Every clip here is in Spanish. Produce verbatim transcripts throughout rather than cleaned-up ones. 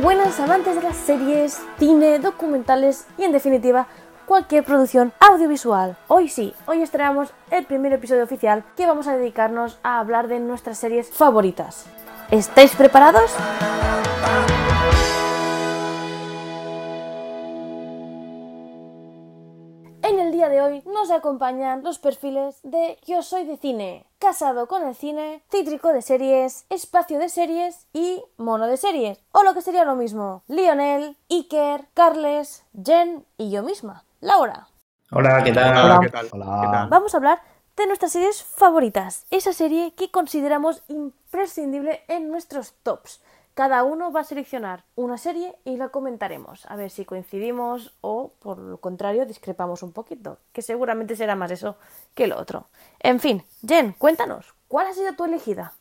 buenas amantes de las series, cine, documentales y en definitiva cualquier producción audiovisual. Hoy sí, hoy estrenamos el primer episodio oficial que vamos a dedicarnos a hablar de nuestras series favoritas. ¿Estáis preparados? En el día de hoy nos acompañan los perfiles de Yo Soy de Cine, Casado con el Cine, Cítrico de Series, Espacio de Series y Mono de Series, o lo que sería lo mismo, Lionel, Iker, Carles, Jen y yo misma, Laura. Hola, ¿qué tal? Hola, ¿qué tal? Hola. ¿Qué tal? Vamos a hablar de nuestras series favoritas, esa serie que consideramos imprescindible en nuestros tops. Cada uno va a seleccionar una serie y la comentaremos, a ver si coincidimos o, por lo contrario, discrepamos un poquito, que seguramente será más eso que lo otro. En fin, Jen, cuéntanos, ¿cuál ha sido tu elegida?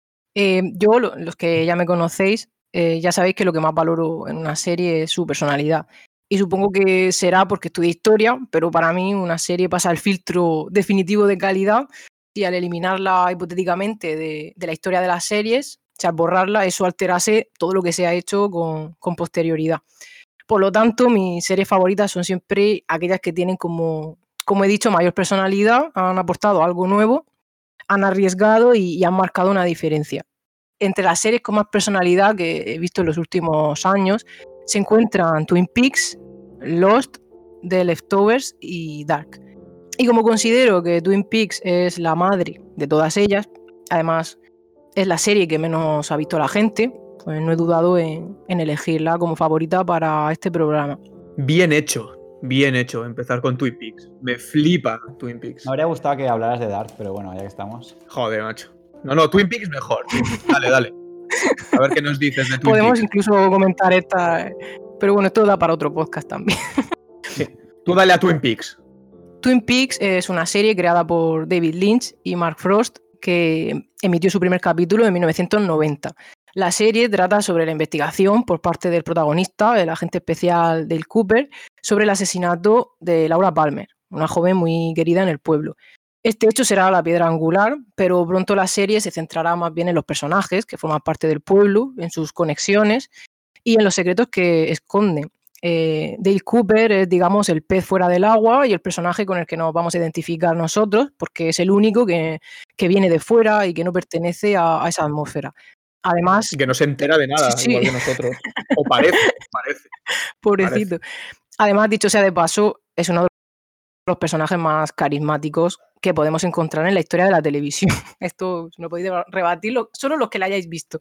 Eh, yo, lo, los que ya me conocéis, eh, ya sabéis que lo que más valoro en una serie es su personalidad. Y supongo que será porque estudié historia, pero para mí una serie pasa el filtro definitivo de calidad y al eliminarla hipotéticamente de, de la historia de las series, o sea, borrarla, eso alterase todo lo que se ha hecho con, con posterioridad. Por lo tanto, mis series favoritas son siempre aquellas que tienen, como, como he dicho, mayor personalidad, han aportado algo nuevo, han arriesgado y, y han marcado una diferencia. Entre las series con más personalidad que he visto en los últimos años se encuentran Twin Peaks, Lost, The Leftovers y Dark. Y como considero que Twin Peaks es la madre de todas ellas, además es la serie que menos ha visto la gente, pues no he dudado en, en elegirla como favorita para este programa. Bien hecho, bien hecho empezar con Twin Peaks. Me flipa Twin Peaks. Me habría gustado que hablaras de Dark, pero bueno, ya que estamos. Joder, macho. No, no, Twin Peaks mejor. Dale, dale. A ver qué nos dices de Twin Podemos Peaks. incluso comentar esta, pero bueno, esto da para otro podcast también. Sí. Tú dale a Twin Peaks. Twin Peaks es una serie creada por David Lynch y Mark Frost que emitió su primer capítulo en mil novecientos noventa. La serie trata sobre la investigación por parte del protagonista, el agente especial Dale Cooper, sobre el asesinato de Laura Palmer, una joven muy querida en el pueblo. Este hecho será la piedra angular, pero pronto la serie se centrará más bien en los personajes que forman parte del pueblo, en sus conexiones y en los secretos que esconden. Eh, Dale Cooper es, digamos, el pez fuera del agua y el personaje con el que nos vamos a identificar nosotros, porque es el único que, que viene de fuera y que no pertenece a, a esa atmósfera. Además, Y que no se entera de nada, sí, igual que nosotros. O parece, parece. pobrecito. Parece. Además, dicho sea de paso, es uno de los personajes más carismáticos que podemos encontrar en la historia de la televisión. Esto no podéis rebatirlo, solo los que la hayáis visto.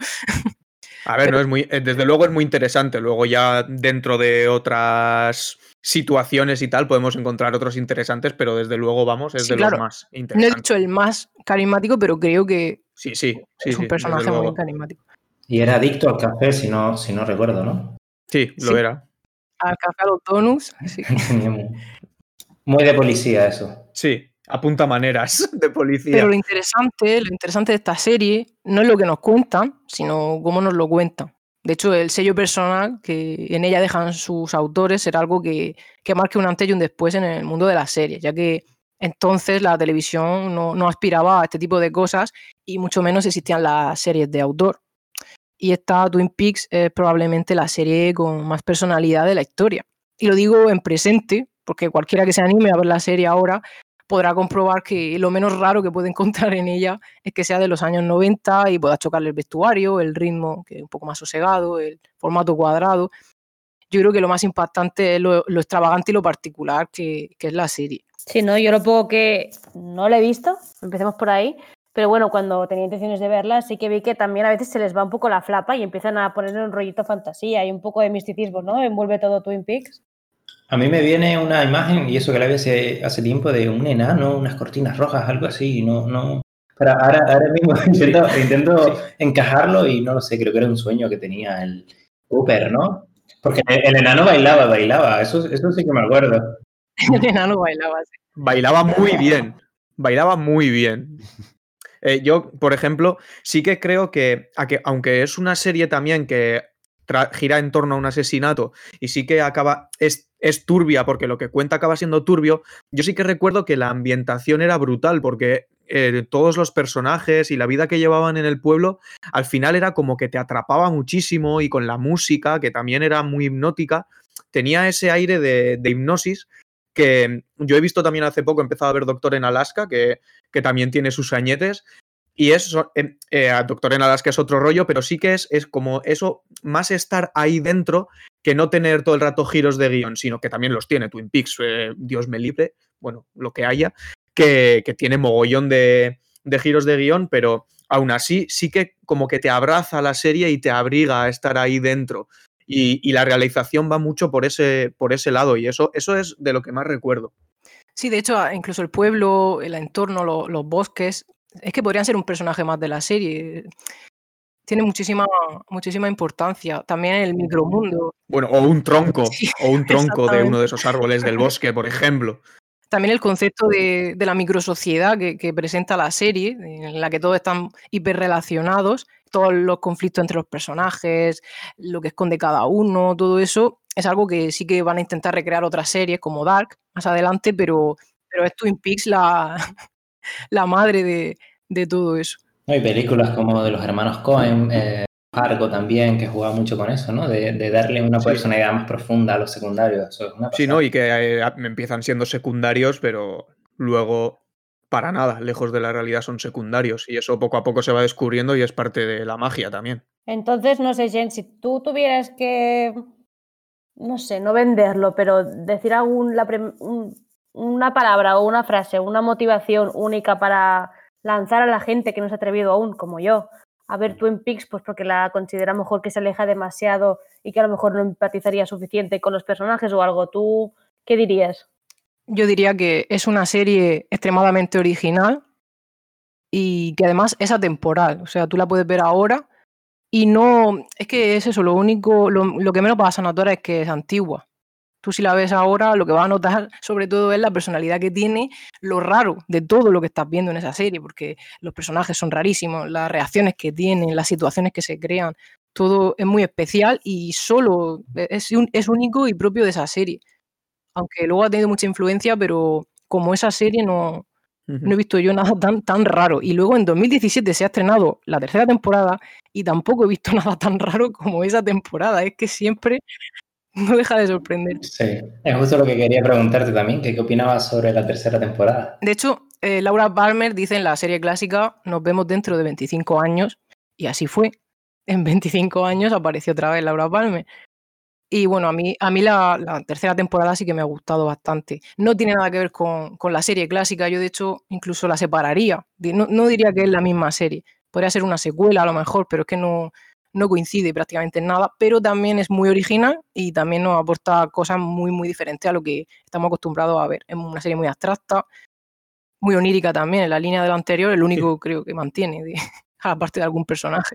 A ver, Pero, no es muy, desde luego es muy interesante. Luego ya dentro de otras situaciones y tal podemos encontrar otros interesantes, pero desde luego, vamos, es sí, de claro, los más no he interesantes. dicho el más carismático, pero creo que Sí, sí, sí, es un sí, personaje desde muy luego. carismático. Y era adicto al café, si no, si no recuerdo, ¿no? Sí, lo Sí. era. Al café, a los donuts, sí. Muy de policía eso. Sí, apunta maneras de policía. Pero lo interesante, lo interesante de esta serie no es lo que nos cuentan, sino cómo nos lo cuentan. De hecho, el sello personal que en ella dejan sus autores será algo que, que marque un antes y un después en el mundo de las series, ya que entonces la televisión no, no aspiraba a este tipo de cosas y mucho menos existían las series de autor. Y esta Twin Peaks es probablemente la serie con más personalidad de la historia. Y lo digo en presente, porque cualquiera que se anime a ver la serie ahora podrá comprobar que lo menos raro que puede encontrar en ella es que sea de los años noventa y pueda chocarle el vestuario, el ritmo, que es un poco más sosegado, el formato cuadrado. Yo creo que lo más impactante es lo, lo extravagante y lo particular que, que es la serie. Sí, no, yo lo poco que no la he visto, empecemos por ahí, pero bueno, cuando tenía intenciones de verla sí que vi que también a veces se les va un poco la flapa y empiezan a poner un rollito fantasía y un poco de misticismo, ¿no? Envuelve todo Twin Peaks. A mí me viene una imagen, y eso que la vi hace, hace tiempo, de un enano, unas cortinas rojas, algo así, no, no. Pero ahora, ahora mismo intento, intento sí. encajarlo y no lo sé, creo que era un sueño que tenía el Cooper, ¿no? Porque el, el enano bailaba, bailaba, eso, eso sí que me acuerdo. El enano bailaba, sí. Bailaba muy bien, bailaba muy bien. Eh, yo, por ejemplo, sí que creo que, a que, aunque es una serie también que gira en torno a un asesinato y sí que acaba, es, es turbia porque lo que cuenta acaba siendo turbio, yo sí que recuerdo que la ambientación era brutal porque eh, todos los personajes y la vida que llevaban en el pueblo, al final era como que te atrapaba muchísimo, y con la música, que también era muy hipnótica, tenía ese aire de, de hipnosis que yo he visto también hace poco. He empezado a ver Doctor en Alaska, que, que también tiene sus añetes, y eso, eh, eh, Doctor en Alaska es otro rollo, pero sí que es, es como eso, más estar ahí dentro que no tener todo el rato giros de guión, sino que también los tiene Twin Peaks, eh, Dios me libre, bueno, lo que haya, que, que tiene mogollón de, de giros de guión, pero aún así sí que como que te abraza la serie y te abriga a estar ahí dentro. Y, y la realización va mucho por ese, por ese lado, y eso, eso es de lo que más recuerdo. Sí, de hecho, incluso el pueblo, el entorno, lo, los bosques, es que podrían ser un personaje más de la serie. Tiene muchísima, muchísima importancia. También el micromundo. Bueno, o un tronco, Sí, o un tronco de uno de esos árboles del bosque, por ejemplo. También el concepto de, de la microsociedad que, que presenta la serie, en la que todos están hiperrelacionados, todos los conflictos entre los personajes, lo que esconde cada uno, todo eso es algo que sí que van a intentar recrear otras series como Dark más adelante, pero, pero es Twin Peaks la, la madre de, de todo eso. Hay películas como de los hermanos Coen, eh, Fargo también, que juega mucho con eso, ¿no? De, de darle una Sí. personalidad más profunda a los secundarios. Eso es una Sí, pasada. ¿no? Y que eh, empiezan siendo secundarios, pero luego para nada, lejos de la realidad, son secundarios. Y eso poco a poco se va descubriendo y es parte de la magia también. Entonces, no sé, Jen, si tú tuvieras que, no sé, no venderlo, pero decir algún, la prim- un- una palabra o una frase, una motivación única para lanzar a la gente que no se ha atrevido aún, como yo, a ver Twin Peaks, pues porque la considera mejor que se aleja demasiado y que a lo mejor no empatizaría suficiente con los personajes o algo, ¿tú qué dirías? Yo diría que es una serie extremadamente original y que además es atemporal. O sea, tú la puedes ver ahora y no... Es que es eso, lo único, lo, lo que menos vas a notar es que es antigua. Tú si la ves ahora, lo que vas a notar sobre todo es la personalidad que tiene, lo raro de todo lo que estás viendo en esa serie, porque los personajes son rarísimos, las reacciones que tienen, las situaciones que se crean, todo es muy especial y solo es, un- es único y propio de esa serie. Aunque luego ha tenido mucha influencia, pero como esa serie no, no he visto yo nada tan, tan raro. Y luego en dos mil diecisiete se ha estrenado la tercera temporada y tampoco he visto nada tan raro como esa temporada. Es que siempre no deja de sorprender. Sí, es justo lo que quería preguntarte también, que qué opinabas sobre la tercera temporada. De hecho, eh, Laura Palmer dice en la serie clásica, nos vemos dentro de veinticinco años, y así fue. En veinticinco años apareció otra vez Laura Palmer. Y bueno, a mí, a mí la, la tercera temporada sí que me ha gustado bastante. No tiene nada que ver con, con la serie clásica, yo de hecho incluso la separaría. Di- No, no diría que es la misma serie. Podría ser una secuela a lo mejor, pero es que no, no coincide prácticamente en nada. Pero también es muy original y también nos aporta cosas muy, muy diferentes a lo que estamos acostumbrados a ver. Es una serie muy abstracta, muy onírica también. En la línea de lo anterior, el único creo que mantiene, de- aparte de algún personaje.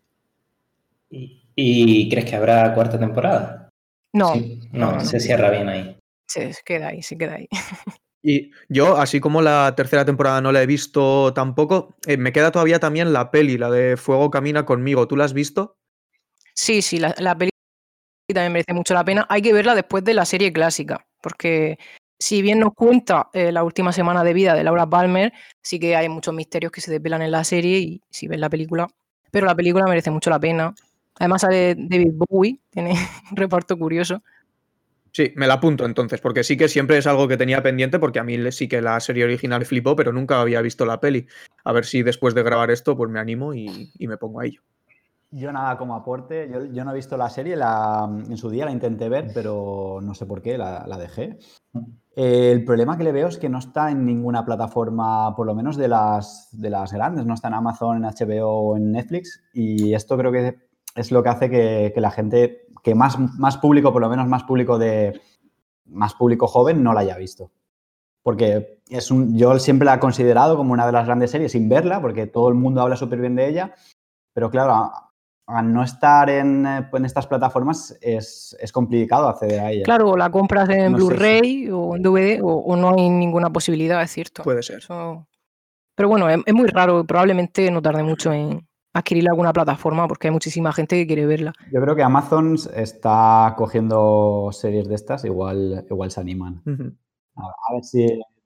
¿Y, y crees que habrá cuarta temporada? No, Sí, no, no, no, no. se cierra bien ahí. Se se queda ahí, se queda ahí. Y yo, así como la tercera temporada no la he visto tampoco, eh, me queda todavía también la peli, la de Fuego Camina Conmigo. ¿Tú la has visto? Sí, sí, la, la película también merece mucho la pena. Hay que verla después de la serie clásica, porque si bien nos cuenta eh, la última semana de vida de Laura Palmer, sí que hay muchos misterios que se desvelan en la serie y si ves la película, pero la película merece mucho la pena. Además sale David Bowie, tiene un reparto curioso. Sí, me la apunto entonces, porque sí que siempre es algo que tenía pendiente, porque a mí le- sí que la serie original me flipó, pero nunca había visto la peli. A ver si después de grabar esto, pues me animo y, y me pongo a ello. Yo nada como aporte, yo, yo no he visto la serie, la, en su día la intenté ver, pero no sé por qué, la, la dejé. Eh, el problema que le veo es que no está en ninguna plataforma, por lo menos de las, de las grandes, no está en Amazon, en H B O o en Netflix, y esto creo que es lo que hace que, que la gente, que más, más público, por lo menos más público de más público joven, no la haya visto. Porque es un, yo siempre la he considerado como una de las grandes series sin verla, porque todo el mundo habla súper bien de ella, pero claro, a, a no estar en, en estas plataformas es, es complicado acceder a ella. Claro, o la compras en No sé Blu-ray si- o en D V D o, o no hay ninguna posibilidad, es cierto. Puede ser. Eso- Pero bueno, es, es muy raro, probablemente no tarde mucho en adquirir alguna plataforma porque hay muchísima gente que quiere verla. Yo creo que Amazon está cogiendo series de estas, igual, igual se animan. Ujú. A, a ver si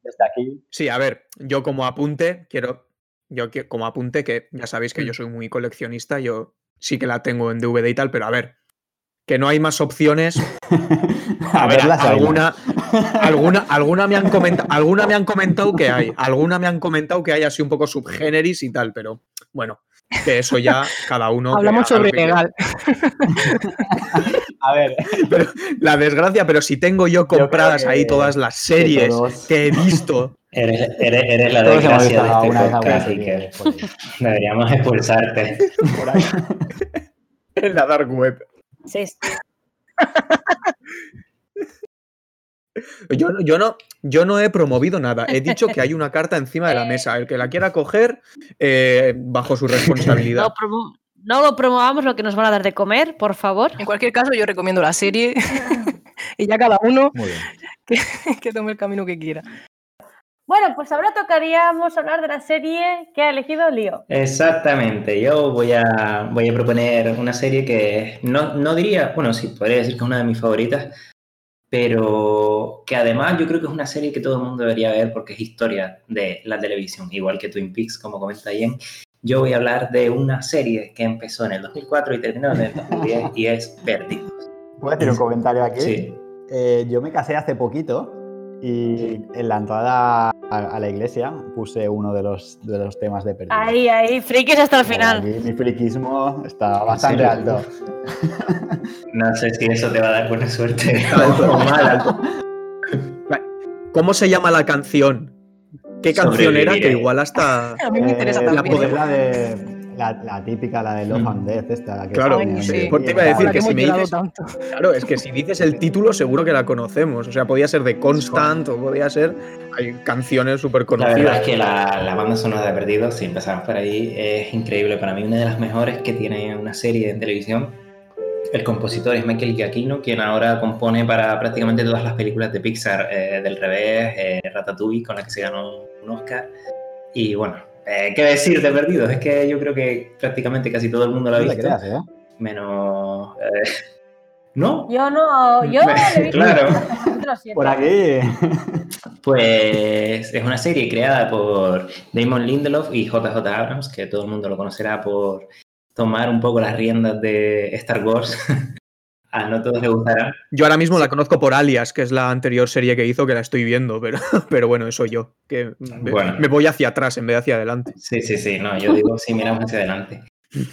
desde aquí. Sí, a ver, yo como apunte, quiero. Yo que- como apunte, que ya sabéis que yo soy muy coleccionista, yo sí que la tengo en D V D y tal, pero a ver, que no hay más opciones. A A ver, verlas ahí, ¿no? alguna, alguna, alguna, me han comentado, alguna me han comentado que hay, alguna me han comentado que hay así un poco subgéneris y tal, pero bueno, que eso ya cada uno. que Hablamos haga lo sobre que quiera. legal. A ver, Pero, la desgracia, pero si tengo yo creo compradas que- ahí todas las que series todos- que he visto. Eres, eres, eres la todos hemos visto desgracia de este alguna vez alguna podcast, serie Iker. por ahí. Deberíamos expulsarte. Por ahí. En la dark web. Sí. Yo, no- yo, no, yo no he promovido nada. He dicho que hay una carta encima de la mesa. El que la quiera coger, eh, bajo su responsabilidad. No, promo- no lo promovamos lo que nos van a dar de comer, por favor. En cualquier caso, yo recomiendo la serie y ya cada uno Muy bien. que, que tome el camino que quiera. Bueno, pues ahora tocaríamos hablar de la serie que ha elegido Lío. Exactamente, yo voy a, voy a proponer una serie que no, no diría, bueno, sí, podría decir que es una de mis favoritas, pero que además yo creo que es una serie que todo el mundo debería ver porque es historia de la televisión, igual que Twin Peaks, como comenta Ian. Yo voy a hablar de una serie que empezó en el dos mil cuatro y terminó en el dos mil diez y es Perdidos. ¿Puedo decir un comentario aquí? Sí. Eh, yo me casé hace poquito y en la entrada a, a la iglesia puse uno de los, de los temas de Perdidos. Ahí, ahí, frikis hasta el final. Aquí mi friquismo está bastante serio? alto. No sé si eso te va a dar buena suerte Alto. o mala. ¿Cómo se llama la canción? ¿Qué canción era? Que Sobreviviré. igual hasta. A mí me interesa Eh, también. la, la de la, la típica, la de Love Mm. and Death, esta. La que Claro, ponen sí. de- Pues te iba a decir Con la que que si hemos me llorado dices- tanto. Claro, es que si dices el título, seguro que la conocemos. O sea, podía ser de Constant o podía ser. Hay canciones súper La conocidas. verdad es que la, la banda sonora de Perdidos, si empezamos por ahí, es increíble. Para mí, una de las mejores que tiene una serie en televisión. El compositor es Michael Giacchino, quien ahora compone para prácticamente todas las películas de Pixar, eh, Del Revés, eh, Ratatouille, con la que se ganó un Oscar. Y bueno, eh, ¿qué decir de Perdidos? Es que yo creo que prácticamente casi todo el mundo lo ha No te visto. creas, ¿eh? Menos... eh, ¿No? Yo no, yo Me- le he visto claro. los siete. Por aquí. Pues es una serie creada por Damon Lindelof y J J Abrams, que todo el mundo lo conocerá por tomar un poco las riendas de Star Wars. A no todos les gustará. Yo ahora mismo la conozco por Alias, que es la anterior serie que hizo, que la estoy viendo, pero, pero bueno, eso yo, que me, Bueno. me voy hacia atrás en vez de hacia adelante. Sí, sí, sí, no, yo digo si miramos hacia adelante.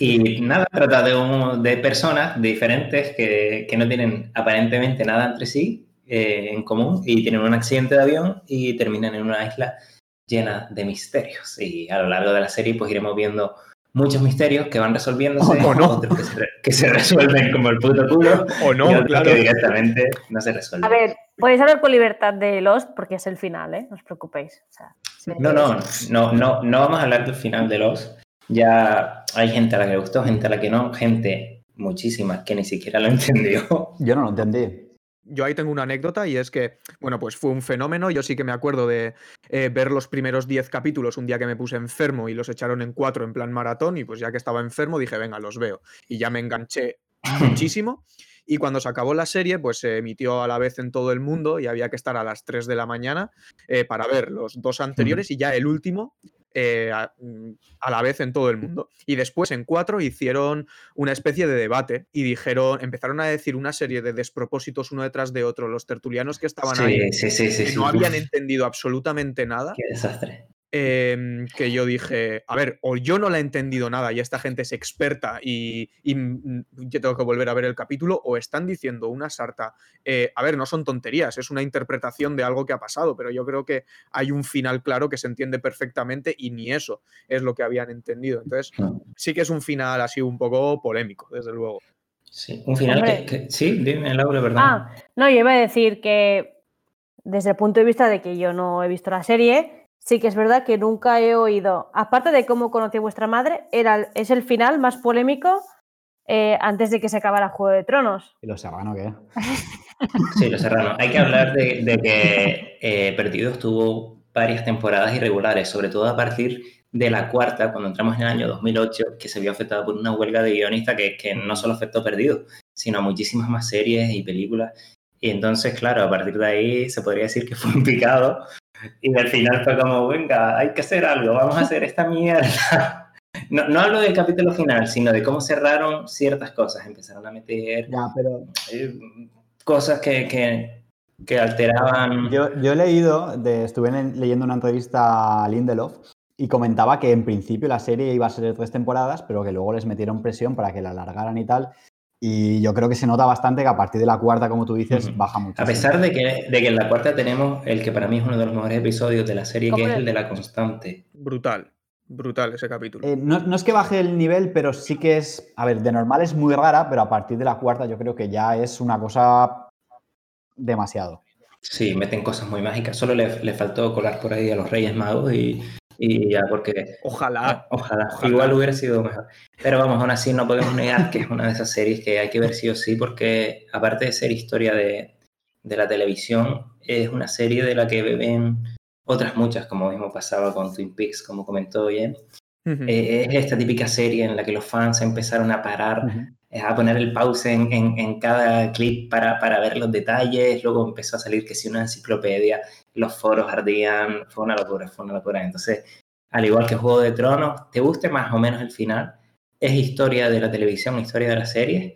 Y nada, trata de, un, de personas diferentes que, que no tienen aparentemente nada entre sí eh, en común y tienen un accidente de avión y terminan en una isla llena de misterios. Y a lo largo de la serie pues iremos viendo muchos misterios que van resolviéndose, O no. otros que se, re- que se resuelven como el puto culo O y no, otros claro. que directamente no se resuelven. A ver, podéis hablar con libertad de Lost porque es el final, ¿eh? No os preocupéis. O sea, sí. No, no, no, no, no vamos a hablar del final de los. Ya hay gente a la que le gustó, gente a la que no, gente muchísima que ni siquiera lo entendió. Yo no lo entendí. Yo ahí tengo una anécdota y es que, bueno, pues fue un fenómeno. Yo sí que me acuerdo de eh, ver los primeros diez capítulos un día que me puse enfermo y los echaron en cuatro en plan maratón y pues ya que estaba enfermo dije, venga, los veo. Y ya me enganché muchísimo. Y cuando se acabó la serie, pues se emitió a la vez en todo el mundo y había que estar a las tres de la mañana eh, para ver los dos anteriores y ya el último eh, a, a la vez en todo el mundo. Y después en cuatro hicieron una especie de debate y dijeron, empezaron a decir una serie de despropósitos uno detrás de otro, los tertulianos que estaban ahí, Sí, sí, sí, sí. que sí. no habían entendido absolutamente nada. Qué desastre. Eh, que yo dije, a ver, o yo no la he entendido nada y esta gente es experta y, y mm, yo tengo que volver a ver el capítulo, o están diciendo una sarta. Eh, a ver, no son tonterías, es una interpretación de algo que ha pasado, pero yo creo que hay un final claro que se entiende perfectamente y ni eso es lo que habían entendido. Entonces, sí que es un final así un poco polémico, desde luego. Sí, un final Hombre. que, que- Sí, dime, Laura, perdón. Ah, no, yo iba a decir que desde el punto de vista de que yo no he visto la serie, sí que es verdad que nunca he oído, aparte de cómo conocí a vuestra madre, era, es el final más polémico eh, antes de que se acabara Juego de Tronos. ¿Y los Serrano qué? Sí, Los Serrano. Hay que hablar de, de que eh, Perdidos tuvo varias temporadas irregulares, sobre todo a partir de la cuarta, cuando entramos en el año dos mil ocho, que se vio afectada por una huelga de guionistas que, que no solo afectó a Perdidos, sino a muchísimas más series y películas. Y entonces, claro, a partir de ahí se podría decir que fue un picado Y al final fue como, venga, hay que hacer algo, vamos a hacer esta mierda. No, no hablo del capítulo final, sino de cómo cerraron ciertas cosas. Empezaron a meter Ya, pero eh, cosas que, que, que alteraban. yo, yo he leído, de, estuve en- leyendo una entrevista a Lindelof y comentaba que en principio la serie iba a ser de tres temporadas, pero que luego les metieron presión para que la alargaran y tal. Y yo creo que se nota bastante que a partir de la cuarta, como tú dices, Ujú. baja mucho. A pesar de que, de que en la cuarta tenemos el que para mí es uno de los mejores episodios de la serie, que ¿Cómo es le- el de la constante. Brutal, brutal ese capítulo. Eh, no, no es que baje el nivel, pero sí que es, a ver, de normal es muy rara, pero a partir de la cuarta yo creo que ya es una cosa demasiado. Sí, meten cosas muy mágicas. Solo le, le faltó colar por ahí a los Reyes Magos y, y ya, porque Ojalá. o- ojalá, ojalá. igual hubiera sido mejor. Pero vamos, aún así no podemos negar que es una de esas series que hay que ver sí o sí, porque aparte de ser historia de, de la televisión, es una serie de la que beben otras muchas, como mismo pasaba con Twin Peaks, como comentó bien. Ujú. Eh, es esta típica serie en la que los fans empezaron a parar, Ujú. eh, a poner el pause en, en, en cada clip para, para ver los detalles. Luego empezó a salir que si una enciclopedia, los foros ardían. Fue una locura, fue una locura. Entonces, al igual que Juego de Tronos, te guste más o menos el final, es historia de la televisión, historia de la serie,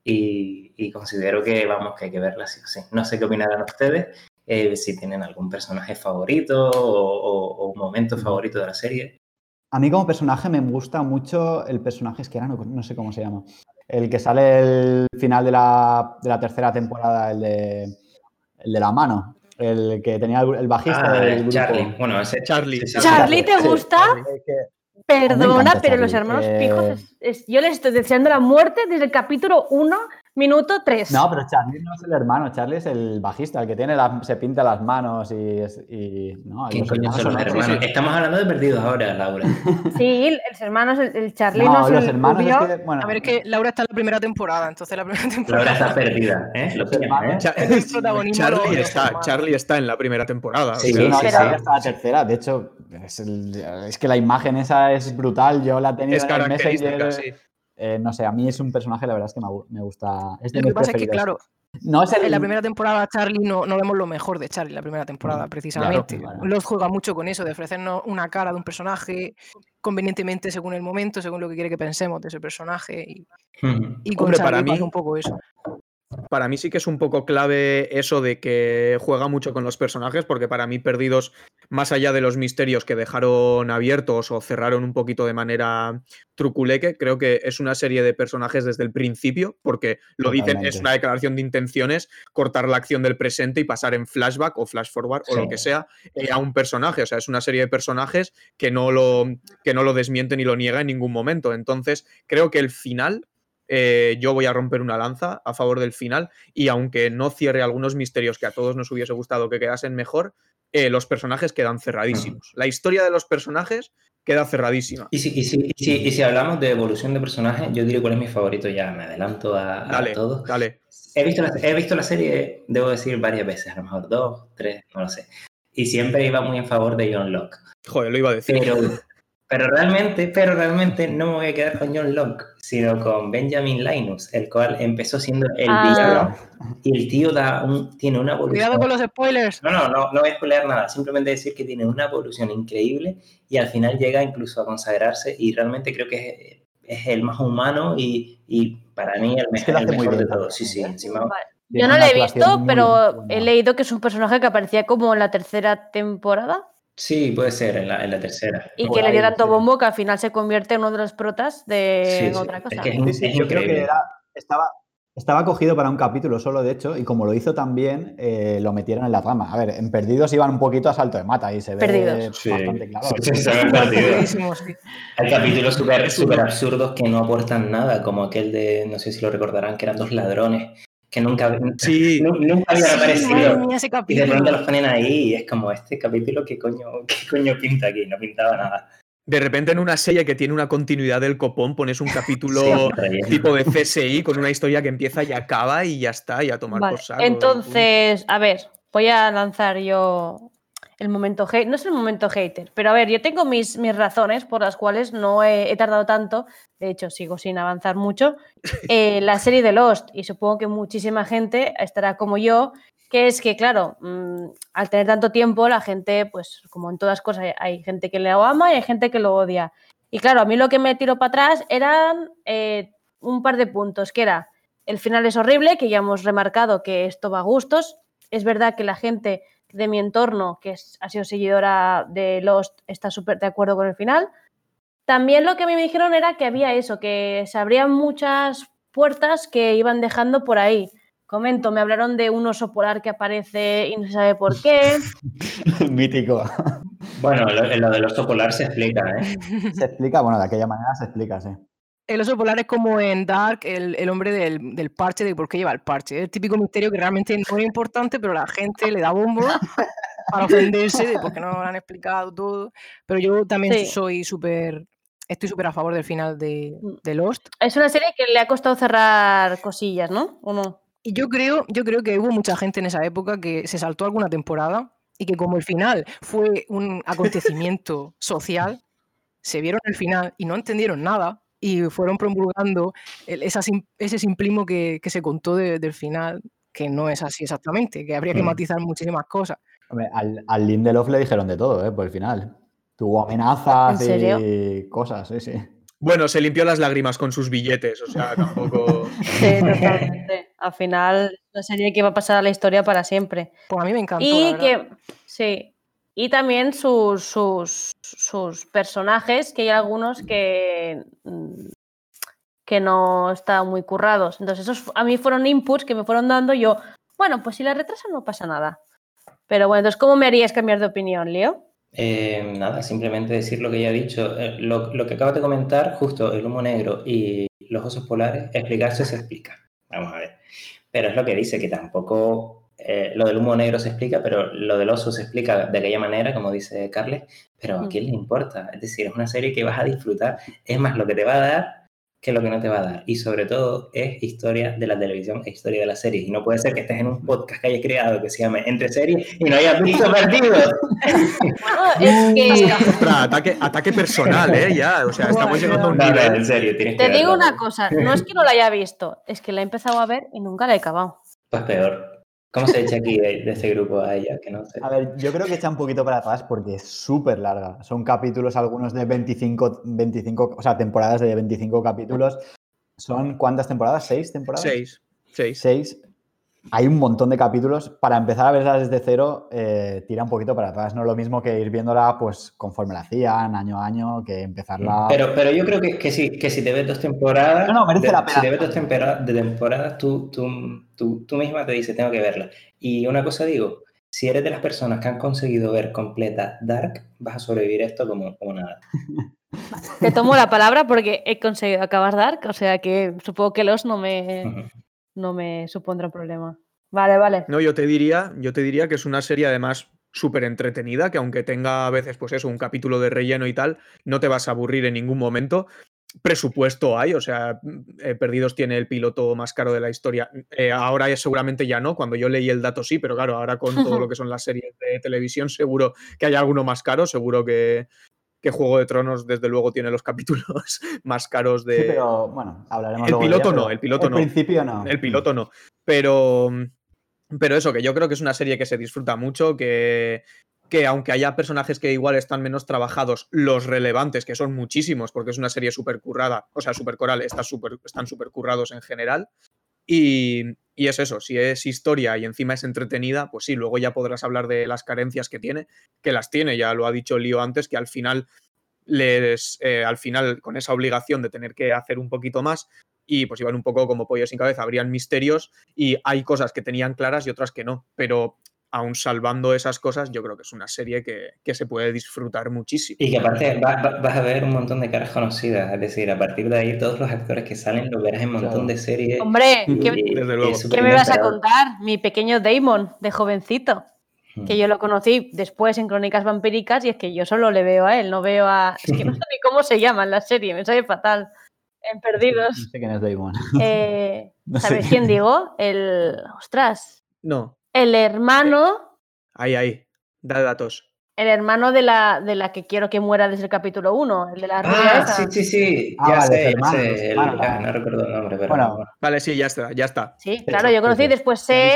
y, y considero que, vamos, que hay que verla sí o sí. No sé qué opinarán ustedes, eh, si tienen algún personaje favorito o, o, o un momento Ujú. favorito de la serie. A mí como personaje me gusta mucho el personaje, es que ahora no, no sé cómo se llama, el que sale el final de la, de la tercera temporada, el de, el de la mano, el que tenía el, el bajista Ah, del grupo. Charlie. Bueno, ese Charlie. sí, sí, sí. Charlie, ¿te Sí. gusta? Eh, que- Perdona, encanta pero los Charlie. hermanos Eh, pijos, es- es- yo les estoy deseando la muerte desde el capítulo uno, minuto tres. No, pero Charlie no es el hermano, Charlie es el bajista, el que tiene las- se pinta las manos y... es- y no, ¿Quién los coño hermanos son los son otros. hermanos? sí. Estamos hablando de Perdidos ahora, Laura. Sí, los hermanos, el, el Charlie no, No, es los el hermanos rubio. es que, bueno, A ver, es que Laura está en la primera temporada, entonces la primera temporada. Laura está perdida, ¿eh? Lo Los pillan, ¿eh? hermanos- Cha- El protagonismo lo- Charlie, los está, hermanos. Charlie está en la primera temporada. Sí, o sí, sea, no, sí, y sí. ahora está la tercera. De hecho, es, el- es que la imagen esa es brutal. Yo la he tenido es en el característica, Messenger. sí. Eh, no sé, a mí es un personaje, la verdad es que me, gu- me gusta. Es de Lo que mis pasa es que, preferidos. claro, No es el. en la primera temporada Charlie no, no vemos lo mejor de Charlie en la primera temporada, precisamente. claro. Los juega mucho con eso, de ofrecernos una cara de un personaje convenientemente según el momento, según lo que quiere que pensemos de ese personaje. Y, Ujú. y con Hombre, Charlie para mí- pasa un poco eso. Para mí sí que es un poco clave eso de que juega mucho con los personajes, porque para mí Perdidos, más allá de los misterios que dejaron abiertos o cerraron un poquito de manera truculeque, creo que es una serie de personajes desde el principio, porque lo dicen, Totalmente. es una declaración de intenciones, cortar la acción del presente y pasar en flashback o flash forward o Sí. lo que sea eh, a un personaje. O sea, es una serie de personajes que no lo, que no lo desmiente ni lo niega en ningún momento. Entonces, creo que el final... Eh, yo voy a romper una lanza a favor del final y aunque no cierre algunos misterios que a todos nos hubiese gustado que quedasen mejor, eh, los personajes quedan cerradísimos. La historia de los personajes queda cerradísima. Y si, y, si, y, si, y si hablamos de evolución de personajes, yo diré cuál es mi favorito, ya me adelanto a, a Dale, todos. dale. He visto, la, he visto la serie, debo decir, varias veces, a lo mejor dos, tres, no lo sé. Y siempre iba muy en favor de John Locke. Joder, lo iba a decir. Pero, pero, realmente, pero realmente no me voy a quedar con John Locke, sino con Benjamin Linus, el cual empezó siendo el Ah. villano. Y el tío da un, tiene una evolución. Cuidado con los spoilers. No, no, no, no voy a spoilear nada, simplemente decir que tiene una evolución increíble y al final llega incluso a consagrarse y realmente creo que es, es el más humano y, y para mí el, Es que mejor, lo el hace muy mejor de bien todos. Sí, sí, encima. Vale. Tiene Yo no una lo he actuación visto, muy pero buena. he leído que es un personaje que aparecía como en la tercera temporada Sí, puede ser en la, en la tercera. y Por que le ahí, dio tanto sí. bombo que al final se convierte en uno de los protas de Sí, sí, otra cosa. es que es, Sí, sí, es yo creo increíble. que era, estaba, estaba cogido para un capítulo solo, de hecho, y como lo hizo tan bien, eh, lo metieron en la trama. A ver, en Perdidos iban un poquito a salto de mata y se ve Perdidos. Sí, bastante claro. sí, se ve perdido. Buenísimo, sí. Hay capítulos súper Es un- súper absurdos que no aportan nada, como aquel de, no sé si lo recordarán, que eran dos ladrones que nunca, Sí, nu- nunca habían Sí, madre aparecido. mía, ese Y de pronto capítulo. los ponen ahí y es como, este capítulo, ¿qué coño, qué coño pinta aquí? No pintaba nada. de repente en una serie que tiene una continuidad del copón pones un capítulo Sí, relleno. tipo de C S I con una historia que empieza y acaba y ya está, y a tomar Vale, por saco. entonces, a ver, voy a lanzar yo el momento hate. No es el momento hater, pero a ver, yo tengo mis, mis razones por las cuales no he, he tardado tanto. De hecho, sigo sin avanzar mucho. Eh, la serie de Lost, y supongo que muchísima gente estará como yo, que es que, claro, mmm, al tener tanto tiempo, la gente, pues como en todas cosas, hay, hay gente que lo ama y hay gente que lo odia. Y claro, a mí lo que me tiró para atrás eran eh, un par de puntos, que era, el final es horrible, que ya hemos remarcado que esto va a gustos. Es verdad que la gente de mi entorno, que es, ha sido seguidora de Lost, está súper de acuerdo con el final. También lo que a mí me dijeron era que había eso, que se abrían muchas puertas que iban dejando por ahí. Comento, me hablaron de un oso polar que aparece y no se sabe por qué. Mítico. Bueno, lo, lo del oso polar se explica, ¿eh? Se explica, bueno, de aquella manera se explica, sí. El oso polar es como en Dark, el, el hombre del, del parche, de por qué lleva el parche. Es el típico misterio que realmente no es importante, pero la gente le da bombo para ofenderse de por qué no lo han explicado todo. Pero yo también Sí. soy súper, estoy súper a favor del final de, de Lost. Es una serie que le ha costado cerrar cosillas, ¿no? ¿O no? Y yo creo, yo creo que hubo mucha gente en esa época que se saltó alguna temporada y que como el final fue un acontecimiento social, se vieron el final y no entendieron nada y fueron promulgando el, esa, ese simplismo que, que se contó de, del final, que no es así exactamente, que habría que matizar muchísimas cosas. Hombre, al, al Lindelof le dijeron de todo, ¿eh? Por el final. Tuvo amenazas ¿En serio? y cosas, sí, sí. Bueno, se limpió las lágrimas con sus billetes, o sea, tampoco... Sí, totalmente. Al final, una serie que va a pasar a la historia para siempre. Pues a mí me encantó, Y la verdad. que, sí, y también sus, sus, sus personajes, que hay algunos que, que no están muy currados. Entonces, esos a mí fueron inputs que me fueron dando yo, bueno, pues si la retrasan no pasa nada. Pero bueno, entonces, ¿cómo me harías cambiar de opinión, Leo? Eh, nada, simplemente decir lo que ya he dicho. Eh, lo, lo que acabas de comentar, justo el humo negro y los osos polares, explicarse se explica. Vamos a ver. Pero es lo que dice, que tampoco eh, lo del humo negro se explica, pero lo del oso se explica de aquella manera, como dice Carles, pero ¿a quién le importa? Es decir, es una serie que vas a disfrutar, es más lo que te va a dar que lo que no te va a dar. Y sobre todo es historia de la televisión e historia de las series. Y no puede ser que estés en un podcast que hayas creado que se llame Entre Series y no hayas visto Perdido. Bueno, es que... Ostras, ataque, ataque personal, ¿eh? Ya, o sea, estamos llegando a un No, no, nivel... en serio, tienes que Te digo verlo. una cosa, no es que no la haya visto, es que la he empezado a ver y nunca la he acabado. Pues peor. ¿Cómo se echa aquí de, de este grupo a ella? Que no sé. A ver, yo creo que echa un poquito para atrás porque es súper larga. Son capítulos, algunos de veinticinco, veinticinco, o sea, temporadas de veinticinco capítulos. ¿Son cuántas temporadas? ¿Seis temporadas? Seis, seis. Seis. Hay un montón de capítulos. Para empezar a verla desde cero, eh, tira un poquito para atrás. No es lo mismo que ir viéndola pues conforme la hacían, año a año, que empezarla... Pero, pero yo creo que, que, si, que si te ves dos temporadas... No, no, merece de, la pena. Si te ves dos temporadas, de temporadas, tú, tú, tú, tú misma te dices, tengo que verla. Y una cosa digo, si eres de las personas que han conseguido ver completa Dark, vas a sobrevivir esto como, como nada. Te tomo la palabra porque he conseguido acabar Dark, o sea que supongo que los no me, Uh-huh. no me supondrá problema. Vale, vale. No, yo te diría, yo te diría que es una serie además súper entretenida, que aunque tenga a veces, pues eso, un capítulo de relleno y tal, no te vas a aburrir en ningún momento. Presupuesto hay, o sea, eh, Perdidos tiene el piloto más caro de la historia. Eh, ahora seguramente ya no, cuando yo leí el dato sí, pero claro, ahora con todo lo que son las series de televisión seguro que hay alguno más caro, seguro que, que Juego de Tronos desde luego tiene los capítulos más caros de... Sí, pero bueno, hablaremos El luego de piloto ella, no, pero el piloto al no. principio no. El piloto no, pero... Pero eso, que yo creo que es una serie que se disfruta mucho, que, que aunque haya personajes que igual están menos trabajados, los relevantes, que son muchísimos, porque es una serie súper currada, o sea, súper coral, está super, están súper currados en general. Y, y es eso, si es historia y encima es entretenida, pues sí, luego ya podrás hablar de las carencias que tiene, que las tiene, ya lo ha dicho Lío antes, que al final, les, eh, al final con esa obligación de tener que hacer un poquito más, y pues iban un poco como pollo sin cabeza, habrían misterios y hay cosas que tenían claras y otras que no, pero aún salvando esas cosas, yo creo que es una serie que, que se puede disfrutar muchísimo. Y que aparte va, va, vas a ver un montón de caras conocidas, es decir, a partir de ahí todos los actores que salen los verás en un montón Claro. de series. Hombre, y, ¿qué, y, Desde luego. y ¿qué me vas a inesperado. contar? Mi pequeño Damon, de jovencito, Hmm. que yo lo conocí después en Crónicas Vampíricas y es que yo solo le veo a él, no veo a... Es que no sé ni cómo se llama en la serie, me sale fatal. En No Perdidos. sé quién es Damon. Eh, No sé ¿Sabes quién quién digo? El... Ostras. No, El hermano... ahí, ahí, da datos. El hermano de la, de la que quiero que muera desde el capítulo uno, el de la rubia Ah, esa. sí, sí, sí, Ah, ya vale, sé, ya hermanos, sé, el- hermanos. ah, no recuerdo el nombre, pero Bueno, bueno. Vale, sí, ya está, ya está. Sí, claro, yo conocí, sí, sí. después sé Sí, sí.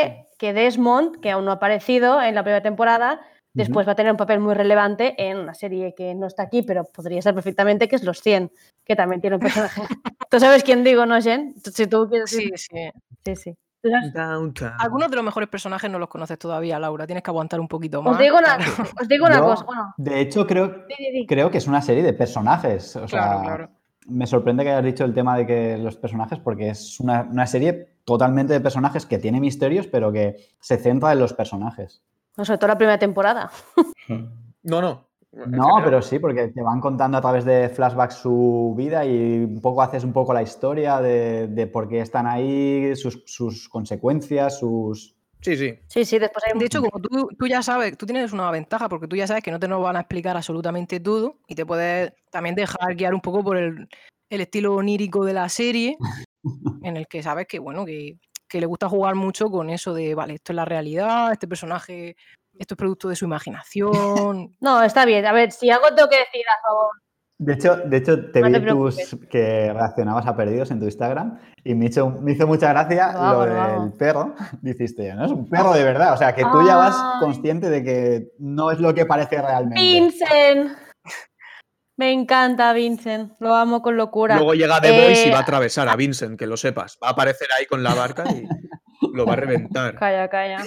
que Desmond, que aún no ha aparecido en la primera temporada, después Ujú. va a tener un papel muy relevante en una serie que no está aquí, pero podría ser perfectamente, que es Los cien, que también tiene un personaje. ¿Tú sabes quién digo, no, Jen? Si tú quieres Sí, decir... sí. Sí, sí. ¿Tú sabes? Downtown. Algunos de los mejores personajes no los conoces todavía, Laura. Tienes que aguantar un poquito Os más. digo una, para- os digo una Yo, cosa. Bueno, de hecho, creo, di, di, di. creo que es una serie de personajes. O Claro, sea, claro. me sorprende que hayas dicho el tema de que los personajes, porque es una, una serie totalmente de personajes que tiene misterios, pero que se centra en los personajes. No, sobre todo la primera temporada. No, no. en No, general. pero sí, porque te van contando a través de flashbacks su vida y un poco haces un poco la historia de, de por qué están ahí, sus, sus consecuencias, sus... Sí, sí. Sí, sí, después hay... De hecho, como tú, tú ya sabes, tú tienes una ventaja porque tú ya sabes que no te nos van a explicar absolutamente todo y te puedes también dejar guiar un poco por el, el estilo onírico de la serie, en el que sabes que, bueno, que, que le gusta jugar mucho con eso de, vale, esto es la realidad, este personaje, esto es producto de su imaginación. No, está bien. A ver, si algo tengo que decir a favor. De hecho, de hecho, te No te vi preocupes. tus que reaccionabas a Perdidos en tu Instagram y me hizo, me hizo mucha gracia Lo hago, lo lo del hago. perro. Dijiste, ¿no? Es un perro de verdad. O sea, que tú ya vas Ay. consciente de que no es lo que parece realmente. Vincent. Me encanta Vincent. Lo amo con locura. Luego llega The Voice y Eh, va a atravesar a Vincent, que lo sepas. Va a aparecer ahí con la barca y lo va a reventar. Calla, calla.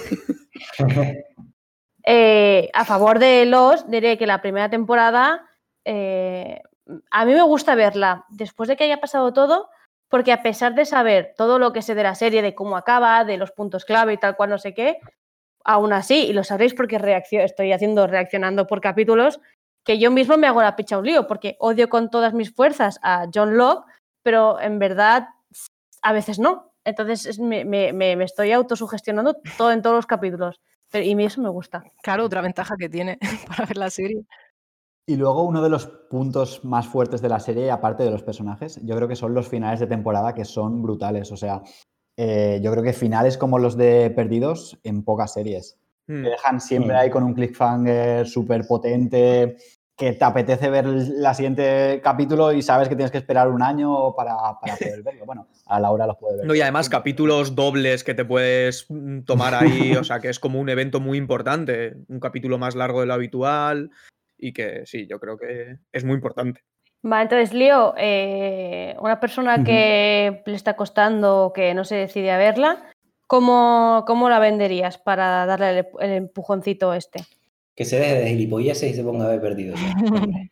Eh, a favor de Lost, diré que la primera temporada eh, a mí me gusta verla después de que haya pasado todo, porque a pesar de saber todo lo que sé de la serie, de cómo acaba, de los puntos clave y tal cual no sé qué, aún así, y lo sabréis porque reaccio- estoy haciendo reaccionando por capítulos, que yo mismo me hago la picha un lío, porque odio con todas mis fuerzas a John Locke, pero en verdad a veces no. Entonces es- me, me- me- me estoy autosugestionando todo en todos los capítulos. Pero, y a mí eso me gusta. Claro, otra ventaja que tiene para ver la serie. Y luego uno de los puntos más fuertes de la serie, aparte de los personajes, yo creo que son los finales de temporada que son brutales. O sea, eh, yo creo que finales como los de Perdidos en pocas series. Hmm. Te dejan siempre Mm. ahí con un cliffhanger súper potente, que te apetece ver el la siguiente capítulo y sabes que tienes que esperar un año para, para poder verlo. Bueno, a Laura los puede ver. No, y además capítulos dobles que te puedes mm, tomar ahí, o sea, que es como un evento muy importante, un capítulo más largo de lo habitual y que sí, yo creo que es muy importante. Vale, entonces, Leo, eh, una persona que le está costando, que no se decide a verla, ¿cómo, cómo la venderías para darle el, el empujoncito este? Que se deje de gilipolleces y se ponga a ver Perdido ya, hombre.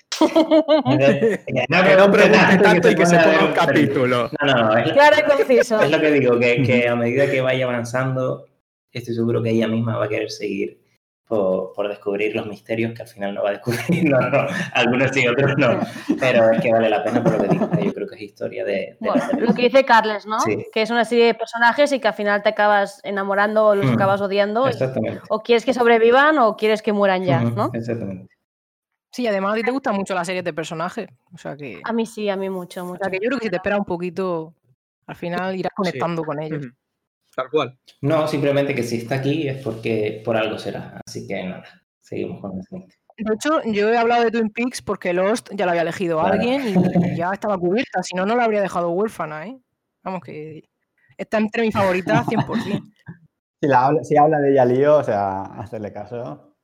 Que no Que no pregunte tanto tanto y que se ponga a ponga ver un Perdido. capítulo. No, no, no. Es, Claro y conciso. es lo que digo, que, que a medida que vaya avanzando, estoy seguro que ella misma va a querer seguir por, por descubrir los misterios que al final no va a descubrir. No, no, algunos sí, otros no. Pero es que vale la pena por lo que digo. Yo creo que es historia de, de la Bueno, lo televisión. que dice Carles, ¿no? Sí. Que es una serie de personajes y que al final te acabas enamorando o los Mm, acabas odiando. y- Exactamente. o quieres que sobrevivan o quieres que mueran ya, Ujú, ¿no? Exactamente. Sí, además a ti te gustan mucho las series de personajes. O sea que, A mí sí, a mí mucho, o mucho. sea que yo creo que si te esperas un poquito, al final irás conectando con ellos. Ujú. Tal cual. No, simplemente que si está aquí es porque por algo será. Así que nada, seguimos con la siguiente. De hecho, yo he hablado de Twin Peaks porque Lost ya la había elegido Claro. alguien y ya estaba cubierta, si no, no la habría dejado huérfana, ¿eh? Vamos, que está entre mis favoritas cien por ciento. Si, la habla, si habla de ella lío, o sea, hacerle caso.